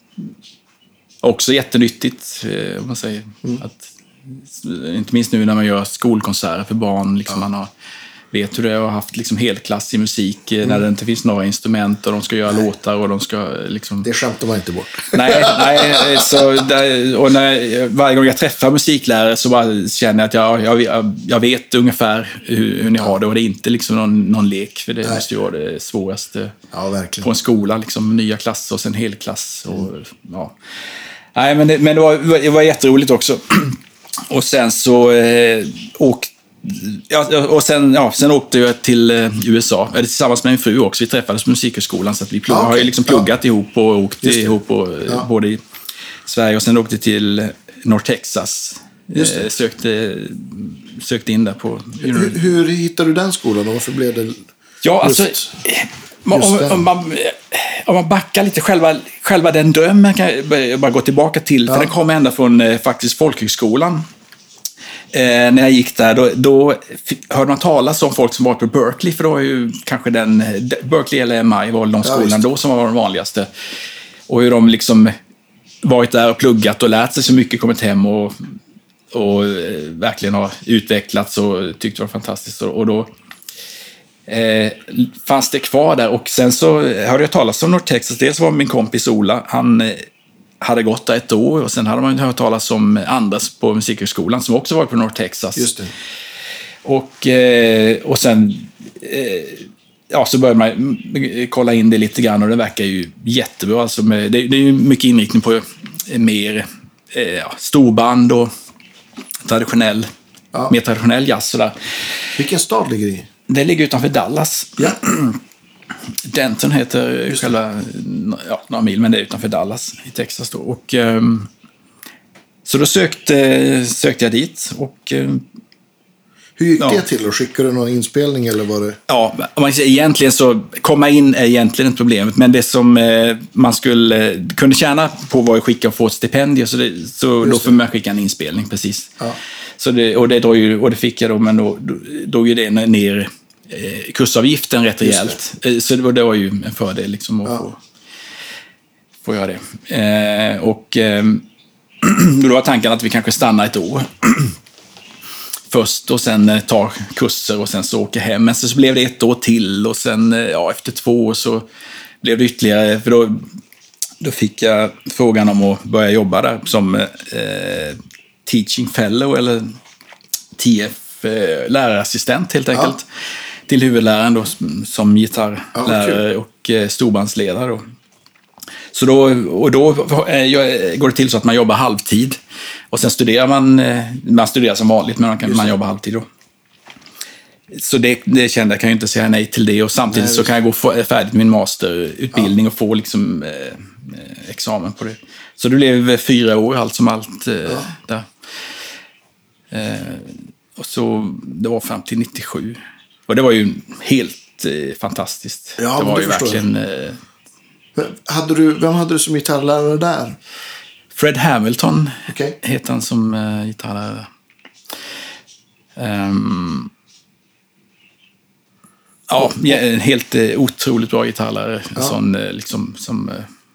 Också jättenyttigt, om man säger. Mm. Att, inte minst nu när man gör skolkonserter för barn. Liksom ja. Man har, vet hur det är, och haft liksom helklass i musik. Mm. När det inte finns några instrument och de ska göra nej. låtar. Och de ska liksom... Det skämtar man inte bort. Nej, nej så där, och när, varje gång jag träffar musiklärare så bara känner jag att jag, jag, jag vet ungefär hur, hur ni ja. har det. Och det är inte liksom någon, någon lek, för det nej. måste ju vara det svåraste ja, på en skola. Liksom, nya klasser och sen helklass. Och, mm. ja. Nej, men, det, men det, var, det var jätteroligt också. Och sen så eh, åkte Ja, och sen, ja, sen åkte jag till U S A, eller tillsammans med min fru också. Vi träffades på musikhögskolan, så att vi plugg, ah, okay. har ju liksom pluggat ja. ihop och åkt ihop och, ja. både i Sverige, och sen åkte till North Texas. Eh, sökte, sökte in där på... Hur, hur hittade du den skolan och varför blev det ja, alltså, just, om, just om, man, om man backar lite, själva, själva den drömmen kan jag bara gå tillbaka till, ja. för den kom ända från eh, faktiskt folkhögskolan. Eh, när jag gick där, då, då hörde man talas om folk som var på Berkeley, för då var ju kanske den, Berkeley eller M I var de skolan ja, då som var de vanligaste. Och hur de liksom varit där och pluggat och lärt sig så mycket, kommit hem och, och eh, verkligen har utvecklats och tyckte det var fantastiskt. Och, och då eh, fanns det kvar där, och sen så hörde jag talas om North Texas. Dels var min kompis Ola, han eh, hade gått där ett år, och sen hade man hört talas om Anders på musikhögskolan som också var på North Texas. Just det. Och, eh, och sen eh, ja, så började man kolla in det lite grann, och det verkar ju jättebra. Alltså med, det, det är ju mycket inriktning på mer eh, storband och traditionell, ja. mer traditionell jazz. Sådär. Vilken stad ligger det i? Det ligger utanför Dallas. Ja. Denton heter själva, ja, några mil, men det är utanför Dallas i Texas då. Och, um, så då sökte, sökte jag dit. Och, um, hur gick ja. det till? Och skickade du någon inspelning eller var det? Ja, om man säger, egentligen så komma in är egentligen inte problemet, men det som eh, man skulle eh, kunde tjäna på var att skicka och få ett stipendium, så, det, så då får man skicka en inspelning, precis. Ja. Så det, och, det drog ju, och det fick jag då, men då drog ju det ner eh, kursavgiften rätt rejält. Det. Så det var, det var ju en fördel liksom att ja. få, få göra det. Eh, och eh, då var tanken att vi kanske stannar ett år först och sen tar kurser och sen så åker hem. Men så blev det ett år till, och sen ja, efter två år så blev det ytterligare, för då, då fick jag frågan om att börja jobba där som eh, teaching fellow eller T F eh, lärarassistent helt enkelt. Ja. Till huvudläraren då, som gitarrlärare ja, och eh, storbandsledare då. Så då, och då går det till så att man jobbar halvtid. Och sen studerar man, man studerar som vanligt, men man kan man jobba halvtid då. Så det, det kände jag, kan ju inte säga nej till det. Och samtidigt nej, så kan jag gå färdigt min masterutbildning ja. och få liksom eh, examen på det. Så det blev fyra år allt som allt eh, ja. där. Eh, och så det var fram till nittiosju. Och det var ju helt eh, fantastiskt. Ja, det var ju verkligen... Eh, hade du, vem hade du som gitarrlärare där? Fred Hamilton okay. heter han som uh, gitarrlärare. Um, ja, en helt uh, otroligt bra gitarrlärare. Ja. Sån, uh, liksom, som... Uh,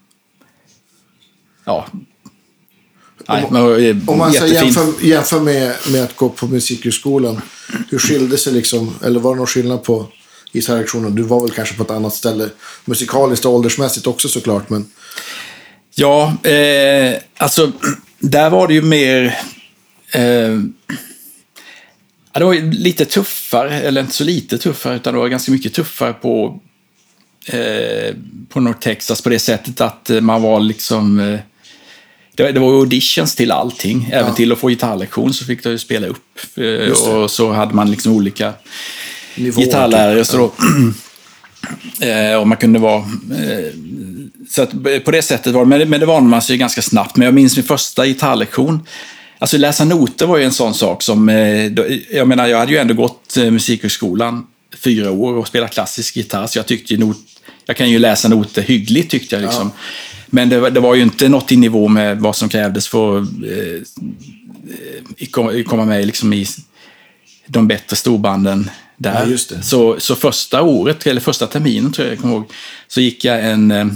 ja. Nej, om, men, om man jämför, jämför med, med att gå på musikhögskolan, hur skilde sig liksom, eller var det någon skillnad på gitarrlektionen? Du var väl kanske på ett annat ställe musikaliskt och åldersmässigt också såklart, men... Ja, eh, alltså där var det ju mer eh, ja, det var ju lite tuffare, eller inte så lite tuffare, utan det var ganska mycket tuffare på eh, på North Texas på det sättet att man var liksom eh, det, det var auditions till allting, även ja. till att få gitarrlektion så fick du spela upp eh, och så hade man liksom olika nivåer, gitarrlärare så då eh, och man kunde vara eh, så att på det sättet var det, men det var man sig ganska snabbt. Men jag minns min första gitarrlektion. Alltså läsa noter var ju en sån sak som, jag menar jag hade ju ändå gått musikhögskolan fyra år och spelat klassisk gitarr. Så jag tyckte ju not, jag kan ju läsa noter hyggligt tyckte jag liksom. Ja. Men det, det var ju inte något i nivå med vad som krävdes för att eh, komma med liksom i de bättre storbanden. Där. Ja, just det. Så, så första året, eller första terminen tror jag jag kommer ihåg, så gick jag en eh,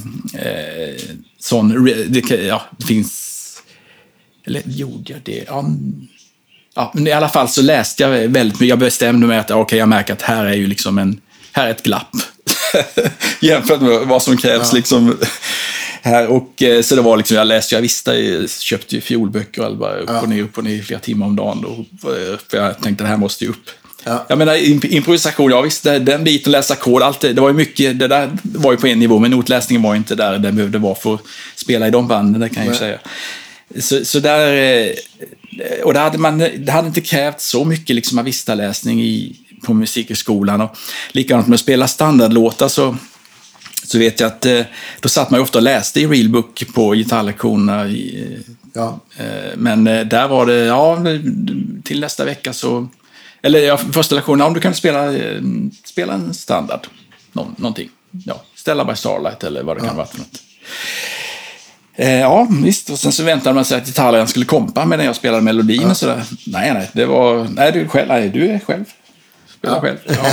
sån, det, ja, det finns, eller gjorde jag det? Ja, ja, men i alla fall så läste jag väldigt mycket, jag bestämde mig att okej, okay, jag märker att här är ju liksom en, här är ett glapp jämfört med vad som krävs ja. liksom här, och så det var liksom, jag läste, jag visste, jag köpte ju fiolböcker och bara upp ja. och ner, upp och ner flera timmar om dagen då, för jag tänkte det här måste ju upp. Ja. Jag menar, improvisation, ja visst, den biten läsa ackord, allt det var ju mycket, det där var ju på en nivå, men notläsningen var ju inte där den behövde vara för att spela i de banden, det kan jag ju säga. Så, så där, och det hade man, det hade inte krävt så mycket liksom avistaläsning i, på musikhögskolan, och likadant med att spela standardlåtar så, så vet jag att då satt man ju ofta och läste i realbook på gitarrlektionerna i, ja. Men där var det, ja, till nästa vecka så eller ja, första lektionen, om du kan spela, spela en standard. Nå, någonting. Ja, Stella by Starlight eller vad det ja. kan vara för något. Eh, ja, visst. Och sen så väntade man sig att gitarren skulle kompa med när jag spelade melodin ja. och sådär. Nej, nej. Det var... Nej, du är själv. Nej, du är själv. Spela ja. själv. Ja,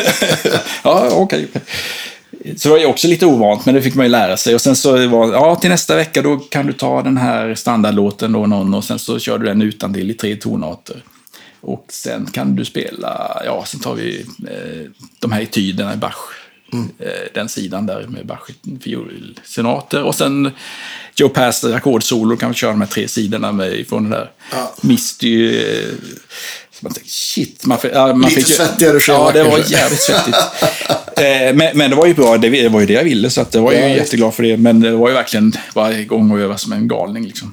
ja okej. Okay. Så det var ju också lite ovant, men det fick man ju lära sig. Och sen så var ja, till nästa vecka då kan du ta den här standardlåten då någon och sen så kör du den utan till i tre tonarter. Och sen kan du spela, ja, sen tar vi eh, de här etyderna i Bach. Mm. Eh, den sidan där med Bach fiolsonater. Och sen Joe Pass ackordsolo kan vi köra de här tre sidorna med från den där ja. Misty. Eh, så man tänkte, shit. Man, ja, man Lite fick, svettigare själva. Ja, det var jävligt svettigt. eh, men, men det var ju bra, det var ju det jag ville. Så att det var ju ja, jätteglad för det. Men det var ju verkligen varje gång att öva som en galning liksom.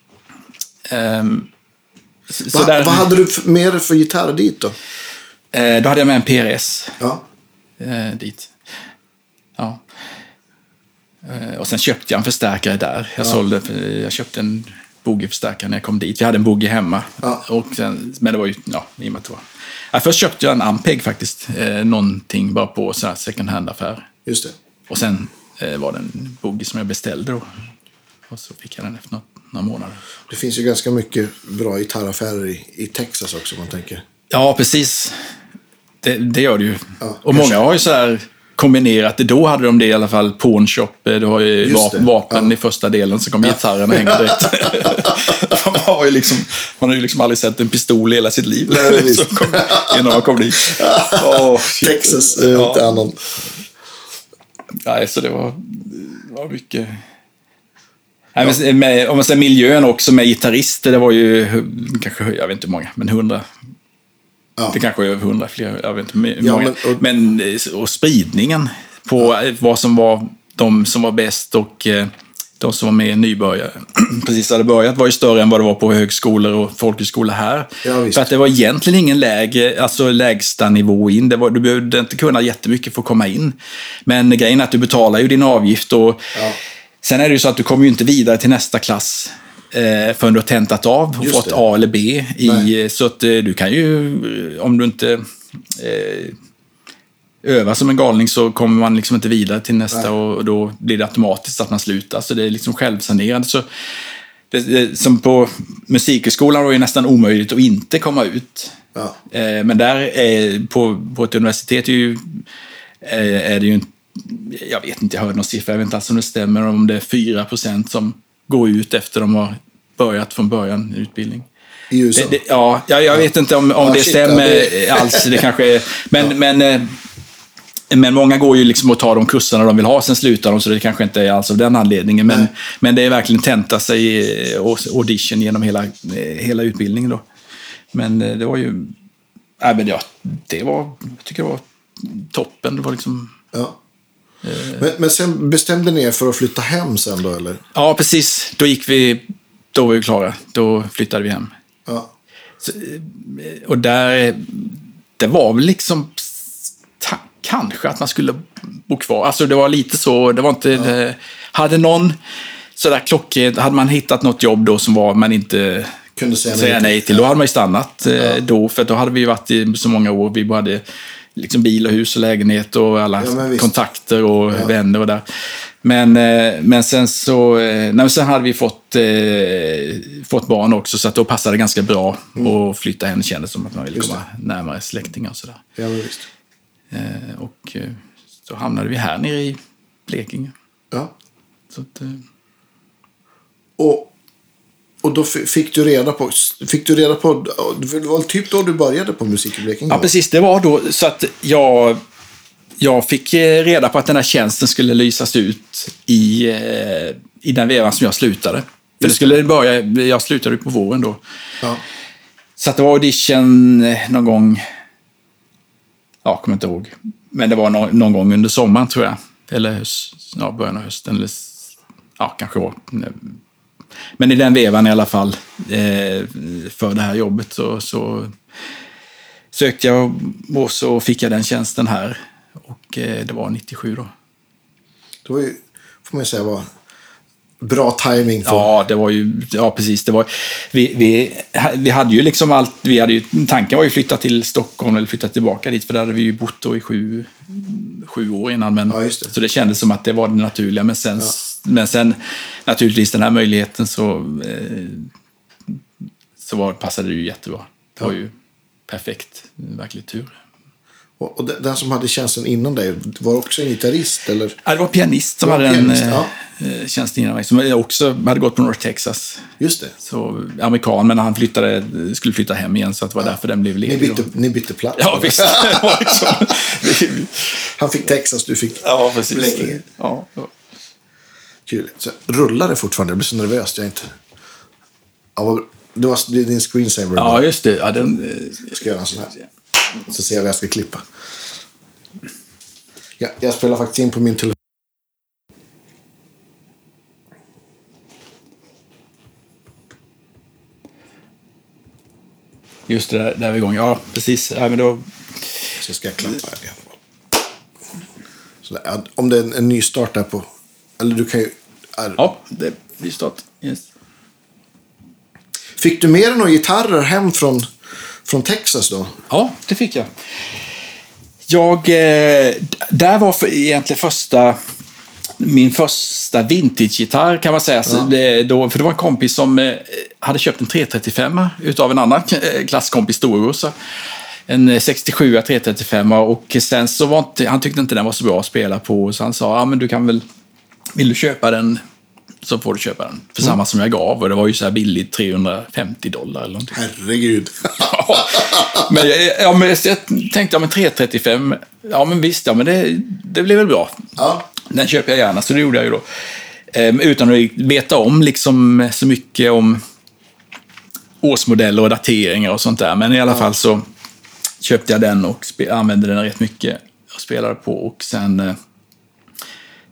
Um, Så Va, där, vad hade du med för gitarr dit då? Eh, då hade jag med en P R S ja. eh, dit. Ja. Eh, och sen köpte jag en förstärkare där. Jag, ja. sålde, jag köpte en boogie-förstärkare när jag kom dit. Vi hade en boogie hemma. Ja. Och sen, men det var ju, ja, i och med att det var. Ja, först köpte jag en Ampeg faktiskt. Eh, någonting bara på sån här second hand-affär. Just det. Och sen eh, var det en boogie som jag beställde då. Och så fick jag den efter något. Några månader. Det finns ju ganska mycket bra gitarraffärer i, i Texas också, man tänker. Ja, precis. Det, det gör det ju. Ja, och kanske. Många har ju så här kombinerat. Då hade de det i alla fall pawn shop. Du har ju va- vapen ja. i första delen, så kommer ja. gitarren och hänger direkt. man, har ju liksom, man har ju liksom aldrig sett en pistol i hela sitt liv. Nej, så kom, innan man kom dit. Oh, Texas, är ja. inte annan. Nej, så det var, det var mycket... Ja. Nej, med, om man säger miljön också med gitarrister, det var ju kanske, jag vet inte hur många, men hundra. Ja. Det kanske är över hundra fler, jag vet inte hur ja, många. Men, och, men, och spridningen på ja. vad som var de som var bäst och de som var med i nybörjare precis hade börjat var ju större än vad det var på högskolor och folkhögskolor här. Ja, för att det var egentligen ingen läge, alltså lägsta nivå in. Det var, du behövde inte kunna jättemycket för att komma in. Men grejen är att du betalar ju din avgift och ja. Sen är det ju så att du kommer ju inte vidare till nästa klass eh, förrän du har tentat av och fått A eller B. I, så att eh, du kan ju, om du inte eh, övar som en galning så kommer man liksom inte vidare till nästa och, och då blir det automatiskt att man slutar. Så det är liksom självsanerande. Så det, det, som på musikhögskolan var det nästan omöjligt att inte komma ut. Ja. Eh, men där är, på, på ett universitet är, ju, eh, är det ju, jag vet inte, jag hörde någon siffra, jag vet inte alls om det stämmer, om det är fyra procent som går ut efter de har börjat från början i utbildning. I U S A? Det, det, ja, jag, jag vet inte om, om ja, det shit, stämmer det... alls. Det kanske är, men, ja. men, eh, men många går ju liksom att ta de kurserna de vill ha, sen slutar de, så det kanske inte är alls av den anledningen. Men, men det är verkligen tenta sig audition genom hela, hela utbildningen då. Men det var ju, nej, men ja, det var, jag tycker det var toppen. Det var liksom... Ja. Men, men sen bestämde ni er för att flytta hem sen då, eller? Ja, precis. Då gick vi, då var vi klara. Då flyttade vi hem. Ja. Så, och där, det var väl liksom ta, kanske att man skulle bo kvar. Alltså det var lite så, det var inte, ja. det, hade någon sådär klockret, hade man hittat något jobb då som var man inte kunde säga, säga nej till, då hade man ju stannat ja. då, för då hade vi varit i så många år, vi hade liksom bil och hus och lägenhet och alla ja, kontakter och ja. vänner och där. Men, men sen så nej, sen hade vi fått, eh, fått barn också, så att då passade det ganska bra mm. att flytta hem. Det kändes som att man ville komma närmare släktingar och sådär. Ja, visst. Eh, och så hamnade vi här nere i Blekinge. Ja. Så att, eh. och Och då fick du reda på, fick du reda på, det var typ då du började på musik i Blekinge? Ja, precis. Det var då så att jag, jag fick reda på att den här tjänsten skulle lysas ut i, i den vevan som jag slutade. För det skulle börja, jag slutade på våren då. Ja. Så att det var audition någon gång, ja, kommer inte ihåg. Men det var någon, någon gång under sommaren tror jag. Eller höst, ja, början av hösten. Eller, ja, kanske var... Men i den vevan i alla fall eh, för det här jobbet så, så sökte jag och så fick jag den tjänsten här. Och eh, det var nittiosju då. Det var ju, får man säga, var bra timing. För... Ja, det var ju, ja precis. Det var, vi, vi, vi hade ju liksom allt, vi hade ju, tanken var ju flytta till Stockholm eller flytta tillbaka dit, för där hade vi ju bott då i sju, sju år innan. Men, ja, just det. Så det kändes som att det var det naturliga, men sen... Ja. Men sen naturligtvis den här möjligheten så, eh, så var, passade det ju jättebra. Det var ju perfekt, verkligen tur. Och, och den som hade tjänsten innan dig, var också en gitarrist? Eller? Ja, det var pianist som hade pianist, en ja. eh, tjänst innan mig. Som också hade gått på North Texas. Just det. Så amerikan, men han flyttade, skulle flytta hem igen, så att det var ja. därför den blev ledig. Ni bytte, ni bytte plats? Ja, visst. Det var liksom... Han fick Texas, du fick ja, precis. Blekinge. Ja, ja. Kul. Så rullar det fortfarande? Jag blir så nervös. Jag inte... Ja, det var din screensaver. Ja, just det. Ja, den... Jag ska göra en sån här. Så ser jag vad jag ska klippa. Ja, jag spelar faktiskt in på min telefon. Just det, där, där är vi igång. Ja, precis. Ja, men då... Så ska jag klappa här. Så där, om det är en, en ny start där på... Eller du kan ju... Är... Ja, det är ny start. Yes. Fick du med dig några gitarrer hem från, från Texas då? Ja, det fick jag. Jag... Eh, där var för, egentligen första... Min första vintage-gitarr kan man säga. Ja. Det, då, för det var en kompis som eh, hade köpt en tre trettiofem utav en annan klasskompis storebrorsa. En sextiosju tre trettiofem, och sen så var inte, han tyckte inte den var så bra att spela på, så han sa, ja men du kan väl, vill du köpa den så får du köpa den för samma mm. som jag gav, och det var ju så här billigt, trehundrafemtio dollar eller någonting. Herregud. ja, men, ja, men jag tänkte, ja men tre trettiofem, ja men visst, ja men det, det blev väl bra. Ja. Den köper jag gärna, så det gjorde jag ju då. Ehm, utan att veta om liksom så mycket om årsmodeller och dateringar och sånt där, men i alla ja. fall så köpte jag den och spe- använde den rätt mycket och spelade på, och sen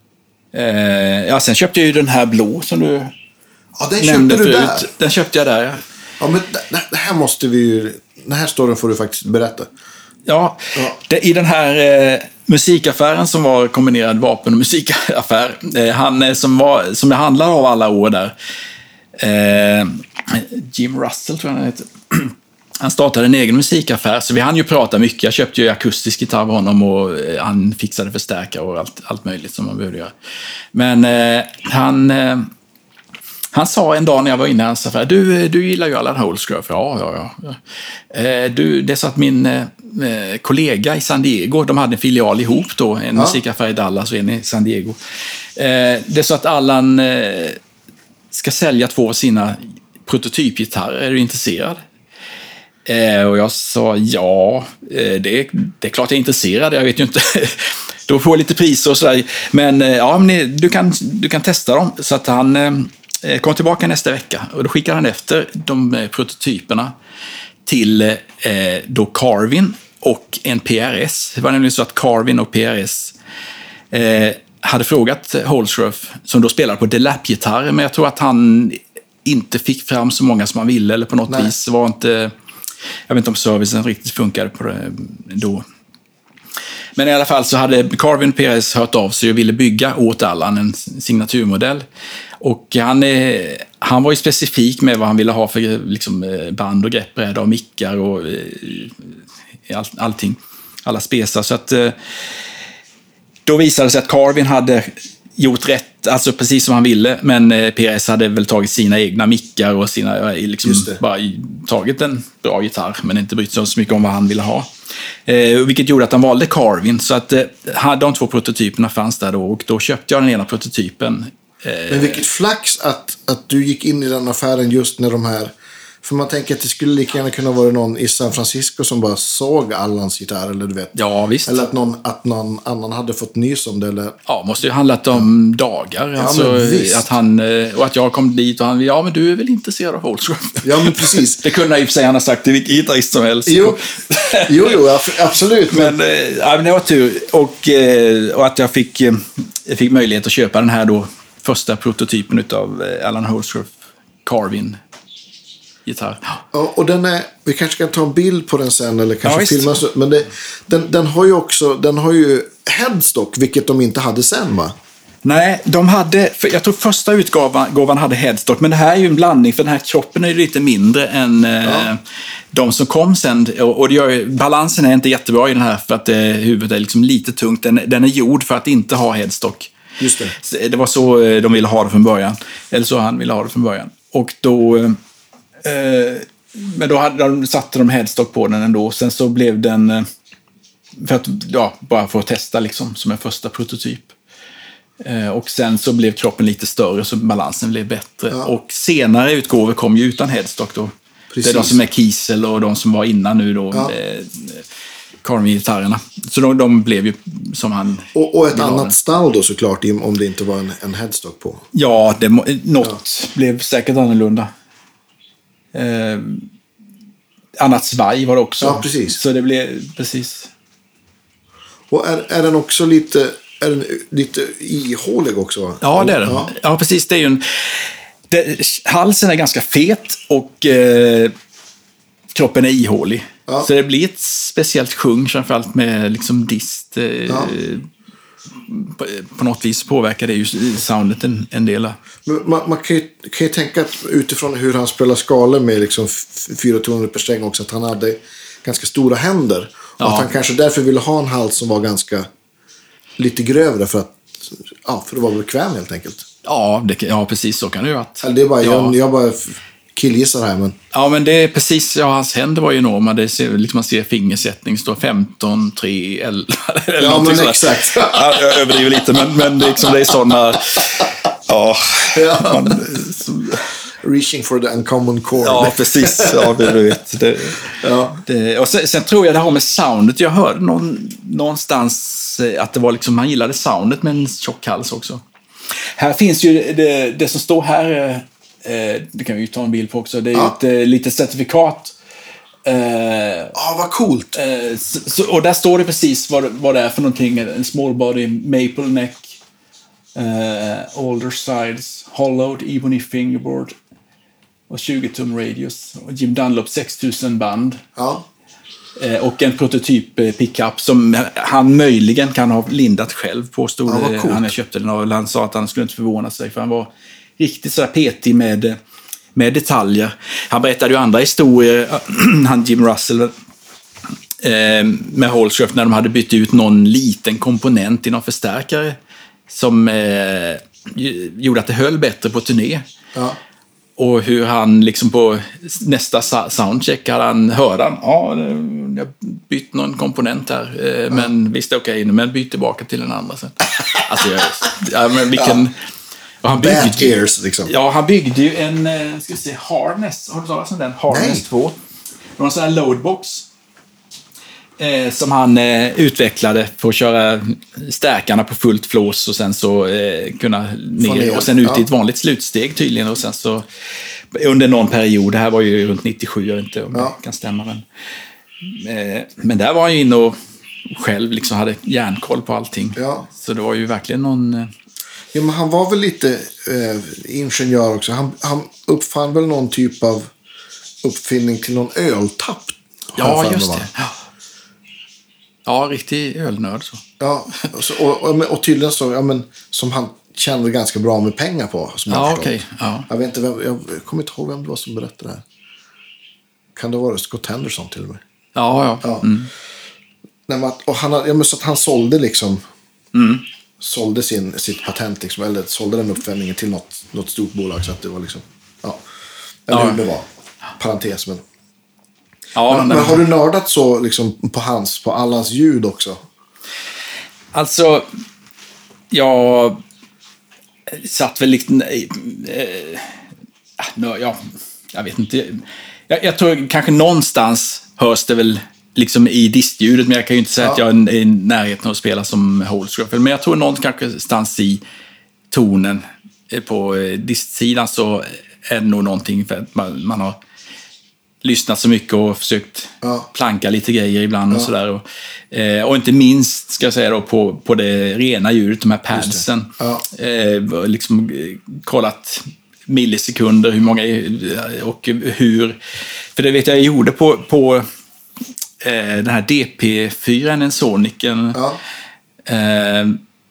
Eh, ja, sen köpte jag ju den här blå som du ja, den nämnde köpte du förut. där. Den köpte jag där, ja. Ja, men det här måste vi ju... Den här storyn får du faktiskt berätta. Ja, ja. Det, i den här eh, musikaffären som var kombinerad vapen- och musikaffär, eh, han eh, som, var, som jag handlade av alla år där, eh, Jim Russell tror jag han heter. Han startade en egen musikaffär, så vi hann ju prata mycket. Jag köpte ju akustisk gitarr av honom och eh, han fixade förstärkare och allt, allt möjligt som man behövde göra. Men eh, han... Eh, Han sa en dag när jag var inne i hans affär, du, du gillar ju Alan Holdsworth. Ja, ja, ja. Eh, du, det är så att min eh, kollega i San Diego, de hade en filial ihop då, en ja. musikaffär i Dallas och en i San Diego. Eh, det är så att Alan eh, ska sälja två av sina prototypgitarrer. Är du intresserad? Eh, och jag sa, ja, eh, det, det är klart jag är intresserad. Jag vet ju inte... Då får jag lite priser och sådär. Men eh, ja, men du, kan, du kan testa dem. Så att han... Eh, kom tillbaka nästa vecka och då skickade han efter de eh, prototyperna till eh, då Carvin och en P R S. Det var nämligen så att Carvin och P R S eh, hade frågat Holdsworth, som då spelade på DeLap-gitarrer, men jag tror att han inte fick fram så många som han ville, eller på något Nej. vis var inte, jag vet inte om servicen riktigt funkade på det då. Men i alla fall så hade Carvin P R S hört av sig och ville bygga åt Allan en signaturmodell. Och han, är, han var ju specifik med vad han ville ha för liksom, band och greppbräda och mickar och all, allting. Alla spesar. Så att då visade det sig att Carvin hade gjort rätt, alltså precis som han ville, men P R S hade väl tagit sina egna mickar och sina, liksom bara tagit en bra gitarr, men inte brytt sig så mycket om vad han ville ha. Eh, vilket gjorde att han valde Carvin, så att eh, de två prototyperna fanns där då, och då köpte jag den ena prototypen. Eh, men vilket flax att, att du gick in i den affären just när de här, för man tänker att det skulle lika gärna kunna vara någon i San Francisco som bara såg Allans gitarr, eller du vet. Ja, visst. Eller att någon, att någon annan hade fått nys om det, eller... Ja, måste ju handlat om ja. dagar. Ja, alltså, att han, och att jag kom dit och han, ja men du är väl intresserad av Holdsworth? Ja, men precis. Det kunde han ju för sig, han har sagt till vilken gitarrist som helst. Jo, jo, jo absolut. Men, men, ja, men det var tur. Och, och att jag fick, jag fick möjlighet att köpa den här då, första prototypen av Alan Holdsworth Carvin gitarr. Ja, och den är, vi kanske kan ta en bild på den sen eller kanske ja, filma, men det, den, den har ju också, den har ju headstock, vilket de inte hade sen, va? Nej, de hade, för jag tror första utgåvan gåvan hade headstock, men det här är ju en blandning, för den här kroppen är ju lite mindre än ja. eh, de som kom sen, och, och det gör, balansen är inte jättebra i den här, för att eh, huvudet är liksom lite tungt, den, den är gjord för att inte ha headstock. Just det. Det var så de ville ha det från början, eller så han ville ha det från början, och då eh, men då hade de, satte de headstock på den ändå. Sen så blev den, för att, ja, bara för att testa liksom, som en första prototyp. Eh, och sen så blev kroppen lite större, så balansen blev bättre. Ja. Och senare utgåvor kom ju utan headstock då. Precis. Det är de som är Kiesel och de som var innan nu då. Ja. Eh, Carvin-gitarrerna. Så de, de blev ju som han... Och, och ett annat stall då såklart, om det inte var en, en headstock på. Ja, det, något ja. blev säkert annorlunda. Eh, annat svaj var det också. Ja, precis. Så det blev precis. Och är, är den också lite, är den lite ihålig också? Ja, det är den. Ja, ja precis. Det är ju en, det, halsen är ganska fet och eh, kroppen är ihålig. Ja. Så det blir ett speciellt sjung, framförallt med liksom dist. Eh, ja. på, på något vis påverkar det ju soundet en, en del. Man, man kan, ju, kan ju tänka att utifrån hur han spelar skalor med liksom fyra toner per sträng också, att han hade ganska stora händer. Och ja. att han kanske därför ville ha en hals som var ganska lite grövre för att, ja, för att vara bekväm helt enkelt. Ja, det, ja precis så kan det ju vara. Alltså, det är bara, ja. jag, jag bara killgissar här. Men... Ja, men det är precis, ja, hans händer var ju enorma. Det ser, liksom man ser fingersättning, står femton, tre, elva eller ja, men exakt. Ja, jag överdriver lite, men, men liksom det är sådana... Ja, ja. Man, så... Reaching for the uncommon chord. Ja, precis. Ja, det vet. Det, ja. Det, och sen, sen tror jag det har med soundet. Jag hörde någon, någonstans att det var liksom, man gillade soundet med en tjock hals också. Här finns ju det, det som står här, eh, det kan vi ju ta en bild på också. Det är ja. ju ett litet certifikat. Ja, eh, ah, vad coolt. Eh, så, och där står det precis vad, vad det är för någonting. En small body maple neck. Uh, older Sides, Hollowed, Ebony Fingerboard och tjugo tum Radius. Och Jim Dunlop sex tusen band. Ja. Uh, och en prototyp uh, pickup som han möjligen kan ha lindat själv, påstod ja, han. Jag köpte den och han sa att han skulle inte förvåna sig, för han var riktigt så petig med, med detaljer. Han berättade ju andra historier, han Jim Russell, med Holsworth, när de hade bytt ut någon liten komponent i någon förstärkare som eh, gjorde att det höll bättre på turné. Ja. Och hur han liksom på nästa soundcheck hade han hörde han, ja, jag bytt någon komponent här, eh, ja. men visst är okej okay, men byt tillbaka till den andra sen. Alltså jag, ja, men vilken... Ja. Och han byggde, Bad ears, liksom. Ja, han byggde ju en, ska vi se, Harness, har du talat om den? Harness Nej. två. Det var en sån här loadbox. Eh, som han eh, utvecklade för att köra stärkarna på fullt flås och sen så eh, kunna ner och sen ut ja. i ett vanligt slutsteg tydligen, och sen så under någon period, det här var ju runt nittiosju, jag vet inte om ja. det kan stämma, men, eh, men där var han ju inne och själv liksom hade järnkoll på allting. Ja. Så det var ju verkligen någon... Eh... Ja, men han var väl lite eh, ingenjör också. Han, han uppfann väl någon typ av uppfinning till någon öltapp. Ja, just det. Ja. Ja, riktig ölnörd så. Ja, och, och, och tydligen så, ja, men, som han kände ganska bra med pengar på. Som ja, jag okej. Okay. Ja. Jag vet inte vem, jag kommer inte ihåg vem det var som berättade det här. Kan det vara Scott Henderson till och med? Ja, ja. ja. Mm. Nej, och han, ja, men så att han sålde liksom, mm. sålde sin, sitt patent liksom, eller sålde den uppfinningen till något, något stort bolag, så att det var liksom, ja. Eller ja. hur det var. Parentes, men. Ja, men, men har du nördat så liksom på hans, på allas ljud också? Alltså, jag satt väl liksom, äh, ja, jag vet inte. Jag, jag tror kanske någonstans hörs det väl liksom i distljudet, men jag kan ju inte säga ja. att jag är i närheten att spela som Holsworth. Men jag tror någonstans i tonen på distsidan så är det nog någonting för att man, man har lyssnat så mycket och försökt ja. planka lite grejer ibland och ja. sådär. Och, eh, och inte minst, ska jag säga då, på, på det rena ljudet, de här padsen. Ja. Eh, liksom eh, kollat millisekunder, hur många och hur. För det vet jag, jag gjorde på, på eh, den här D P fyra, en Sonicen. Ja. Eh,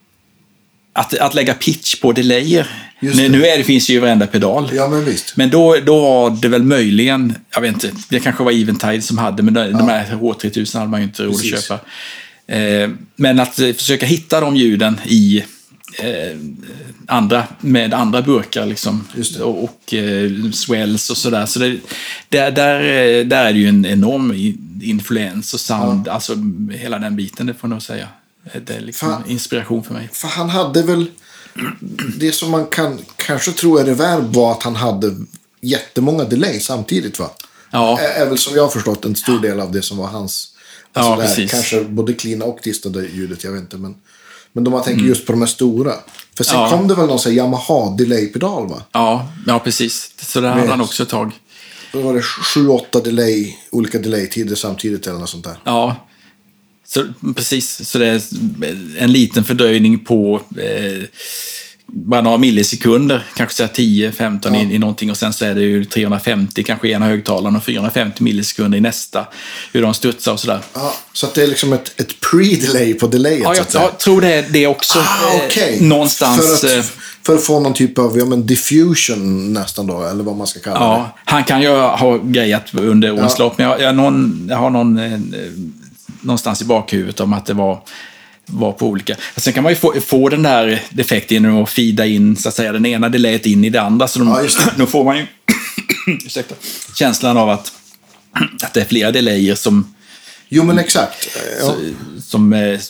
att, att lägga pitch på delayer. Men nu är det, finns ju varenda pedal. Ja, men visst. Men då, då var det väl möjligen, jag vet inte, det kanske var Eventide som hade, men de, ja. de här H tre tusen hade man ju inte råd att köpa. Eh, men att eh, försöka hitta de ljuden i eh, andra, med andra burkar liksom. Och, och eh, swells och sådär. Så det, där, där, där är det ju en enorm influens och sound, ja. alltså hela den biten, det får jag nog säga. Det är liksom för, inspiration för mig. För han hade väl, det som man kan kanske tro är det verb var att han hade jättemånga delay samtidigt, va? Ja. Är, är väl som jag har förstått en stor del av det som var hans. Alltså ja, där, precis. Kanske både cleana och distade ljudet, jag vet inte. Men, men de har tänkt mm. just på de här stora. För sen ja. kom det väl någon sån här Yamaha delay-pedal, va? Ja, ja precis. Så där hade han också ett tag. Då var det sju, åtta delay, olika delay-tider samtidigt eller något sånt där. Ja. Så, precis, så det är en liten fördröjning på eh, bara några millisekunder, kanske så tio femton ja. i, i någonting, och sen så är det ju trehundrafemtio kanske i ena högtalaren och fyrahundrafemtio millisekunder i nästa, hur de studsar och sådär. Ja, så att det är liksom ett, ett pre-delay på delayet. Ja, jag, jag tror det är det också. Ah, okay. eh, någonstans. För att, för att få någon typ av ja, men diffusion nästan då, eller vad man ska kalla ja, det. Han kan ju ha grejat under årens lopp, men jag, jag, någon, jag har någon... Eh, någonstans i bakhuvudet om att det var, var på olika. Sen kan man ju få, få den där defekten genom att feeda in så att säga den ena delayet in i det andra, så de, ja, då får man ju ursäkta, känslan av att, att det är flera delayer som jo men exakt ja. så, som eh,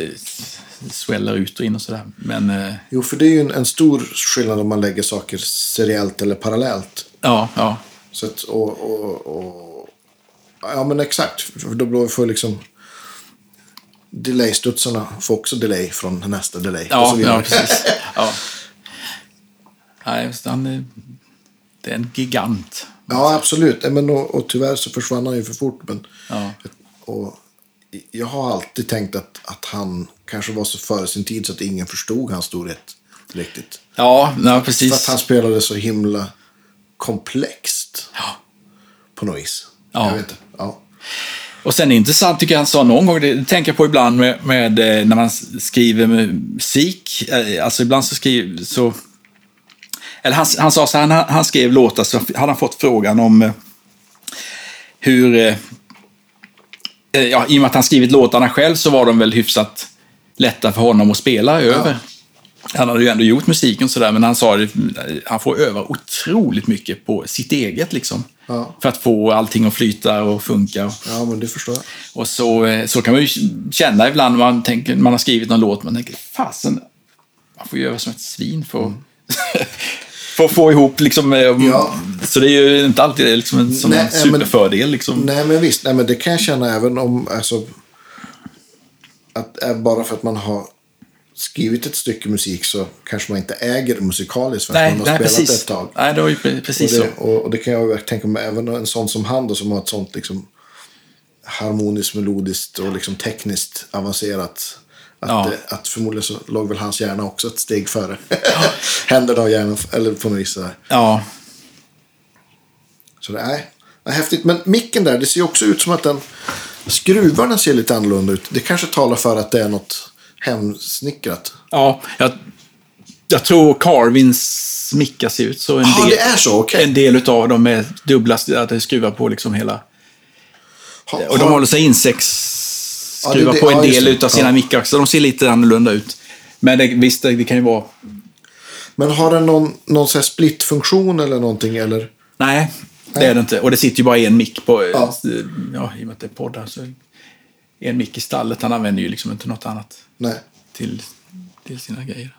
swellar ut och in och sådär. Men, eh, jo, för det är ju en, en stor skillnad om man lägger saker seriellt eller parallellt. Ja, ja. Så att, och, och, och ja men exakt, för då får liksom delay-studsarna får också delay från nästa delay. Ja, ja precis. Ja. Nej, han, det är en gigant. Ja, absolut. Men, och, och tyvärr så försvann han ju för fort. Men, ja. och jag har alltid tänkt att, att han kanske var så före sin tid så att ingen förstod hans storhet. riktigt. Ja, ja, precis. För att han spelade så himla komplext. Ja. På något vis. Ja. Jag vet inte. Ja. Och sen är det intressant tycker jag han sa någon gång, det tänker jag på ibland med, med när man skriver musik, alltså ibland så skriver så eller han, han sa så här, han, han skrev låtar så hade han fått frågan om hur ja, i och med att han skrivit låtarna själv så var de väl hyfsat lätta för honom att spela över. Ja. Han hade ju ändå gjort musiken sådär, men han sa att han får öva otroligt mycket på sitt eget liksom. Ja. För att få allting att flyta och funka. Ja, men det förstår jag. Och så, så kan man ju känna ibland när man tänker, man har skrivit någon låt, man tänker, fasen, man får göra som ett svin för, mm. för att få ihop liksom, ja. Så det är ju inte alltid liksom en sån nej, superfördel liksom. Nej, men visst, nej, men det kan jag känna även om, alltså, att bara för att man har skrivit ett stycke musik så kanske man inte äger det musikaliskt för att nej, man har nej, spelat precis. ett tag. Nej, det var ju precis och det, så. Och, och det kan jag tänka mig, även en sån som han då, som har ett sånt liksom harmoniskt, melodiskt och liksom tekniskt avancerat. Att, ja. det, att förmodligen så låg väl hans hjärna också ett steg före. Ja. Händer då hjärnan, eller på något vis där. Ja. Så det är, det är häftigt. Men micken där, det ser också ut som att den skruvarna ser lite annorlunda ut. Det kanske talar för att det är något hemsnickrat. Ja, jag, jag tror Carvins mickar ser ut så. En ah, del, det är så, okej. Okay. En del av dem är dubbla, att det skruvar på liksom hela. Ha, och de har... håller sig in sex skruvar ja, det, det, på en ja, del av sina ja. mickar också. De ser lite annorlunda ut. Men det, visst, det, det kan ju vara. Men har den någon, någon så här split-funktion eller någonting, eller? Nej, det Nej. är det inte. Och det sitter ju bara en mick på, ja, ja i och med att det är poddar så en mick i stallet. Han använder ju liksom inte något annat. Nej. Till, till sina grejer.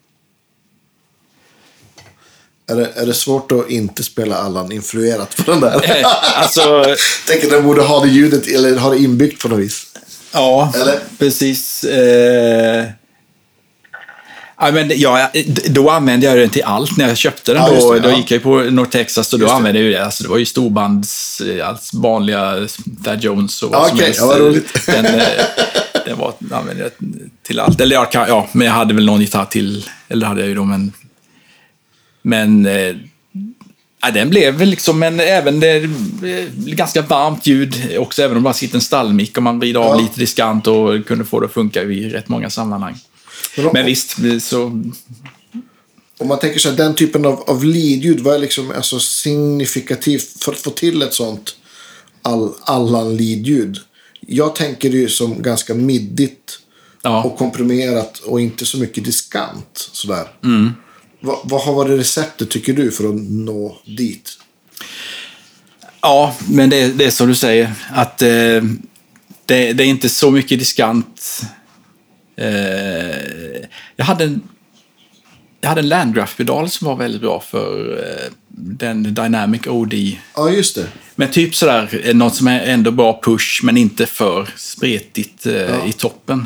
Är det, är det svårt att inte spela Allan influerat på den där? Alltså, tänk att den borde ha det ljudet eller ha det inbyggt på något vis. Ja, eller? Precis. Eh, ja, men, ja, då använde jag den till allt när jag köpte den. Ja, då, det, då ja. gick jag på North Texas och då använde jag ju det. Alltså, det var ju storbands, alls vanliga Thad Jones och vad ja, som okay. helst. Ja, vad roligt. Den, den var, använde jag till allt. Eller jag, ja, men jag hade väl någon gitarr till, eller hade jag ju då, men men eh, ja, den blev väl liksom, men även det ganska varmt ljud också, även om det bara sitter en stallmick och man vrider av ja. lite diskant och kunde få det att funka i rätt många sammanhang. Men, om, men visst, så om man tänker så här, den typen av, av leadljud, vad är liksom alltså signifikativt för att få till ett sånt all, allan leadljud? Jag tänker det ju som ganska middigt ja. och komprimerat och inte så mycket diskant sådär. Mm. Vad, vad har varit receptet tycker du för att nå dit? Ja, men det, det är som du säger att eh, det, det är inte så mycket diskant. Eh, jag hade en jag hade en Landgraph-pedal som var väldigt bra för eh, den Dynamic O D. Ja, just det. Men typ sådär, något som är ändå bra push men inte för spretigt eh, ja. i toppen.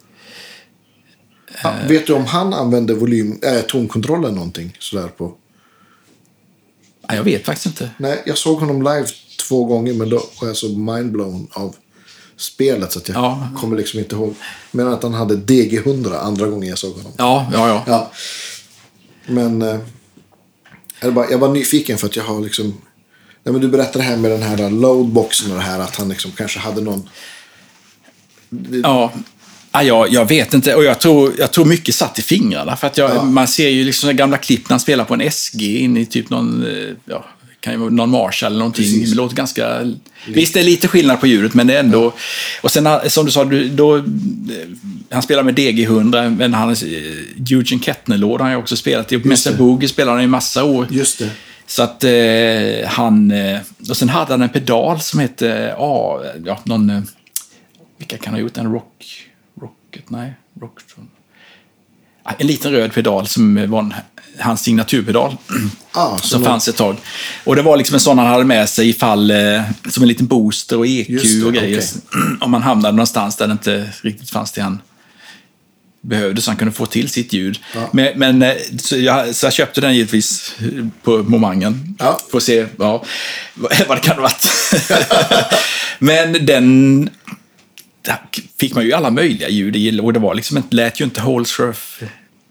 Ja, vet du om han använder volym, äh, tonkontrollen någonting sådär på? Ja, jag vet faktiskt inte. Nej, jag såg honom live två gånger men då var jag så mindblown av spelet så att jag ja. kommer liksom inte ihåg. Men att han hade D G hundra andra gången jag såg honom. Ja, ja, ja. ja. Men äh, jag, bara, jag var nyfiken för att jag har liksom... Nej, men du berättade här med den här loadboxen och det här att han liksom kanske hade någon... Ja. Ja, jag, jag vet inte, och jag tror, jag tror mycket satt i fingrarna för att jag, ja. man ser ju liksom gamla klipp när han spelar på en S G in i typ någon, ja, kan ju vara någon Marshall eller någonting. Precis. Det låter ganska, Lite. visst det är lite skillnad på ljudet men det är ändå, ja. och sen som du sa, då, han spelar med D G hundra men han Eugene Kettner-lådan har jag också spelat i, Mesa Boogie spelar han i massa år. Just det. Så att eh, han, och sen hade han en pedal som heter, ah, ja, någon, vilka kan ha gjort en rock Rocket, nej, Rocktron. En liten röd pedal som var en, hans signaturpedal ah, som fanns ett tag. Och det var liksom en sån han hade med sig ifall, eh, som en liten booster och E Q det, och grejer. Okay. Om man hamnade någonstans där det inte riktigt fanns det han behövde så han kunde få till sitt ljud. Ja. Men, men så, jag, så jag köpte den givetvis på momangen. Ja. För att se ja, vad det kan ha varit. Men den... Där fick man ju alla möjliga ljud i och det var liksom inte, lät ju inte Holsworth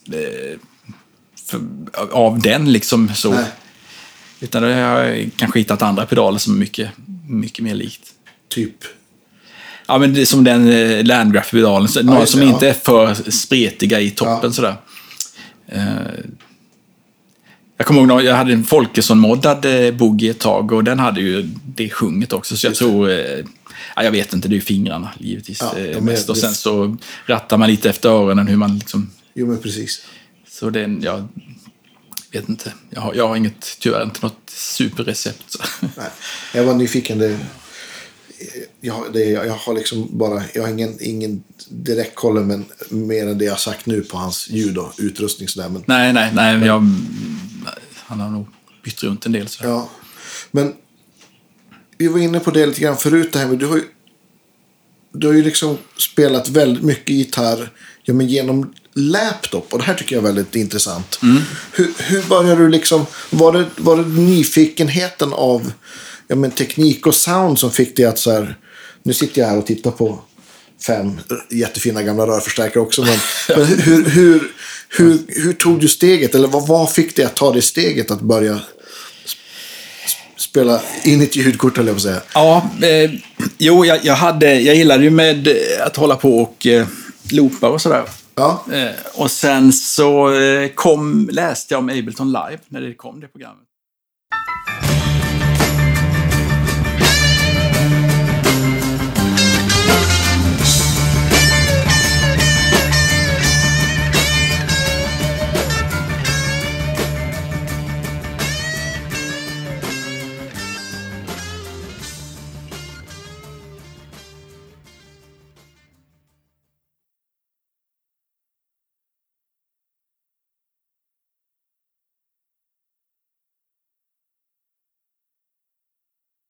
eh, för, av den liksom så. Nej. Utan det har jag kanske hittat andra pedaler som är mycket, mycket mer likt. Typ? Ja, men det är som den eh, Landgraf-pedalen. Ja, några som ja. inte är för spretiga i toppen ja. sådär. Eh, jag kommer ihåg att jag hade en Folkesson-moddad eh, boogie ett tag och den hade ju det sjunget också. Så jag tror... Eh, ja, jag vet inte, det är ju fingrarna givetvis. Ja, eh, mest. Och sen så rattar man lite efter öronen hur man liksom... Jo, men precis. Så det är... Ja, vet inte. Jag har, jag har inget, tyvärr inte något superrecept. Så. Nej, jag var nyfiken. Det, jag, det, jag har liksom bara, jag har ingen, ingen direkt koll, men mer än det jag har sagt nu på hans ljud och utrustning. Sådär. Men, nej, nej, nej. Men, jag, han har nog bytt runt en del. Så. Ja, men vi var inne på det lite grann förut. Det här, men du har ju, du har ju liksom spelat väldigt mycket gitarr ja, men genom laptop, och det här tycker jag är väldigt intressant. Mm. Hur, hur började du liksom, var det, var det nyfikenheten av ja, men teknik och sound som fick dig att så här, nu sitter jag här och tittar på fem jättefina gamla rörförstärkare också, men, men hur, hur, hur, hur tog du steget, eller vad, vad fick dig att ta det steget att börja spela in ett ljudkort, eller jag säga? Ja, eh, jo, jag, jag hade, jag gillade ju med att hålla på och eh, loopa och sådär. Ja. Eh, och sen så eh, kom, läste jag om Ableton Live när det kom, det programmet.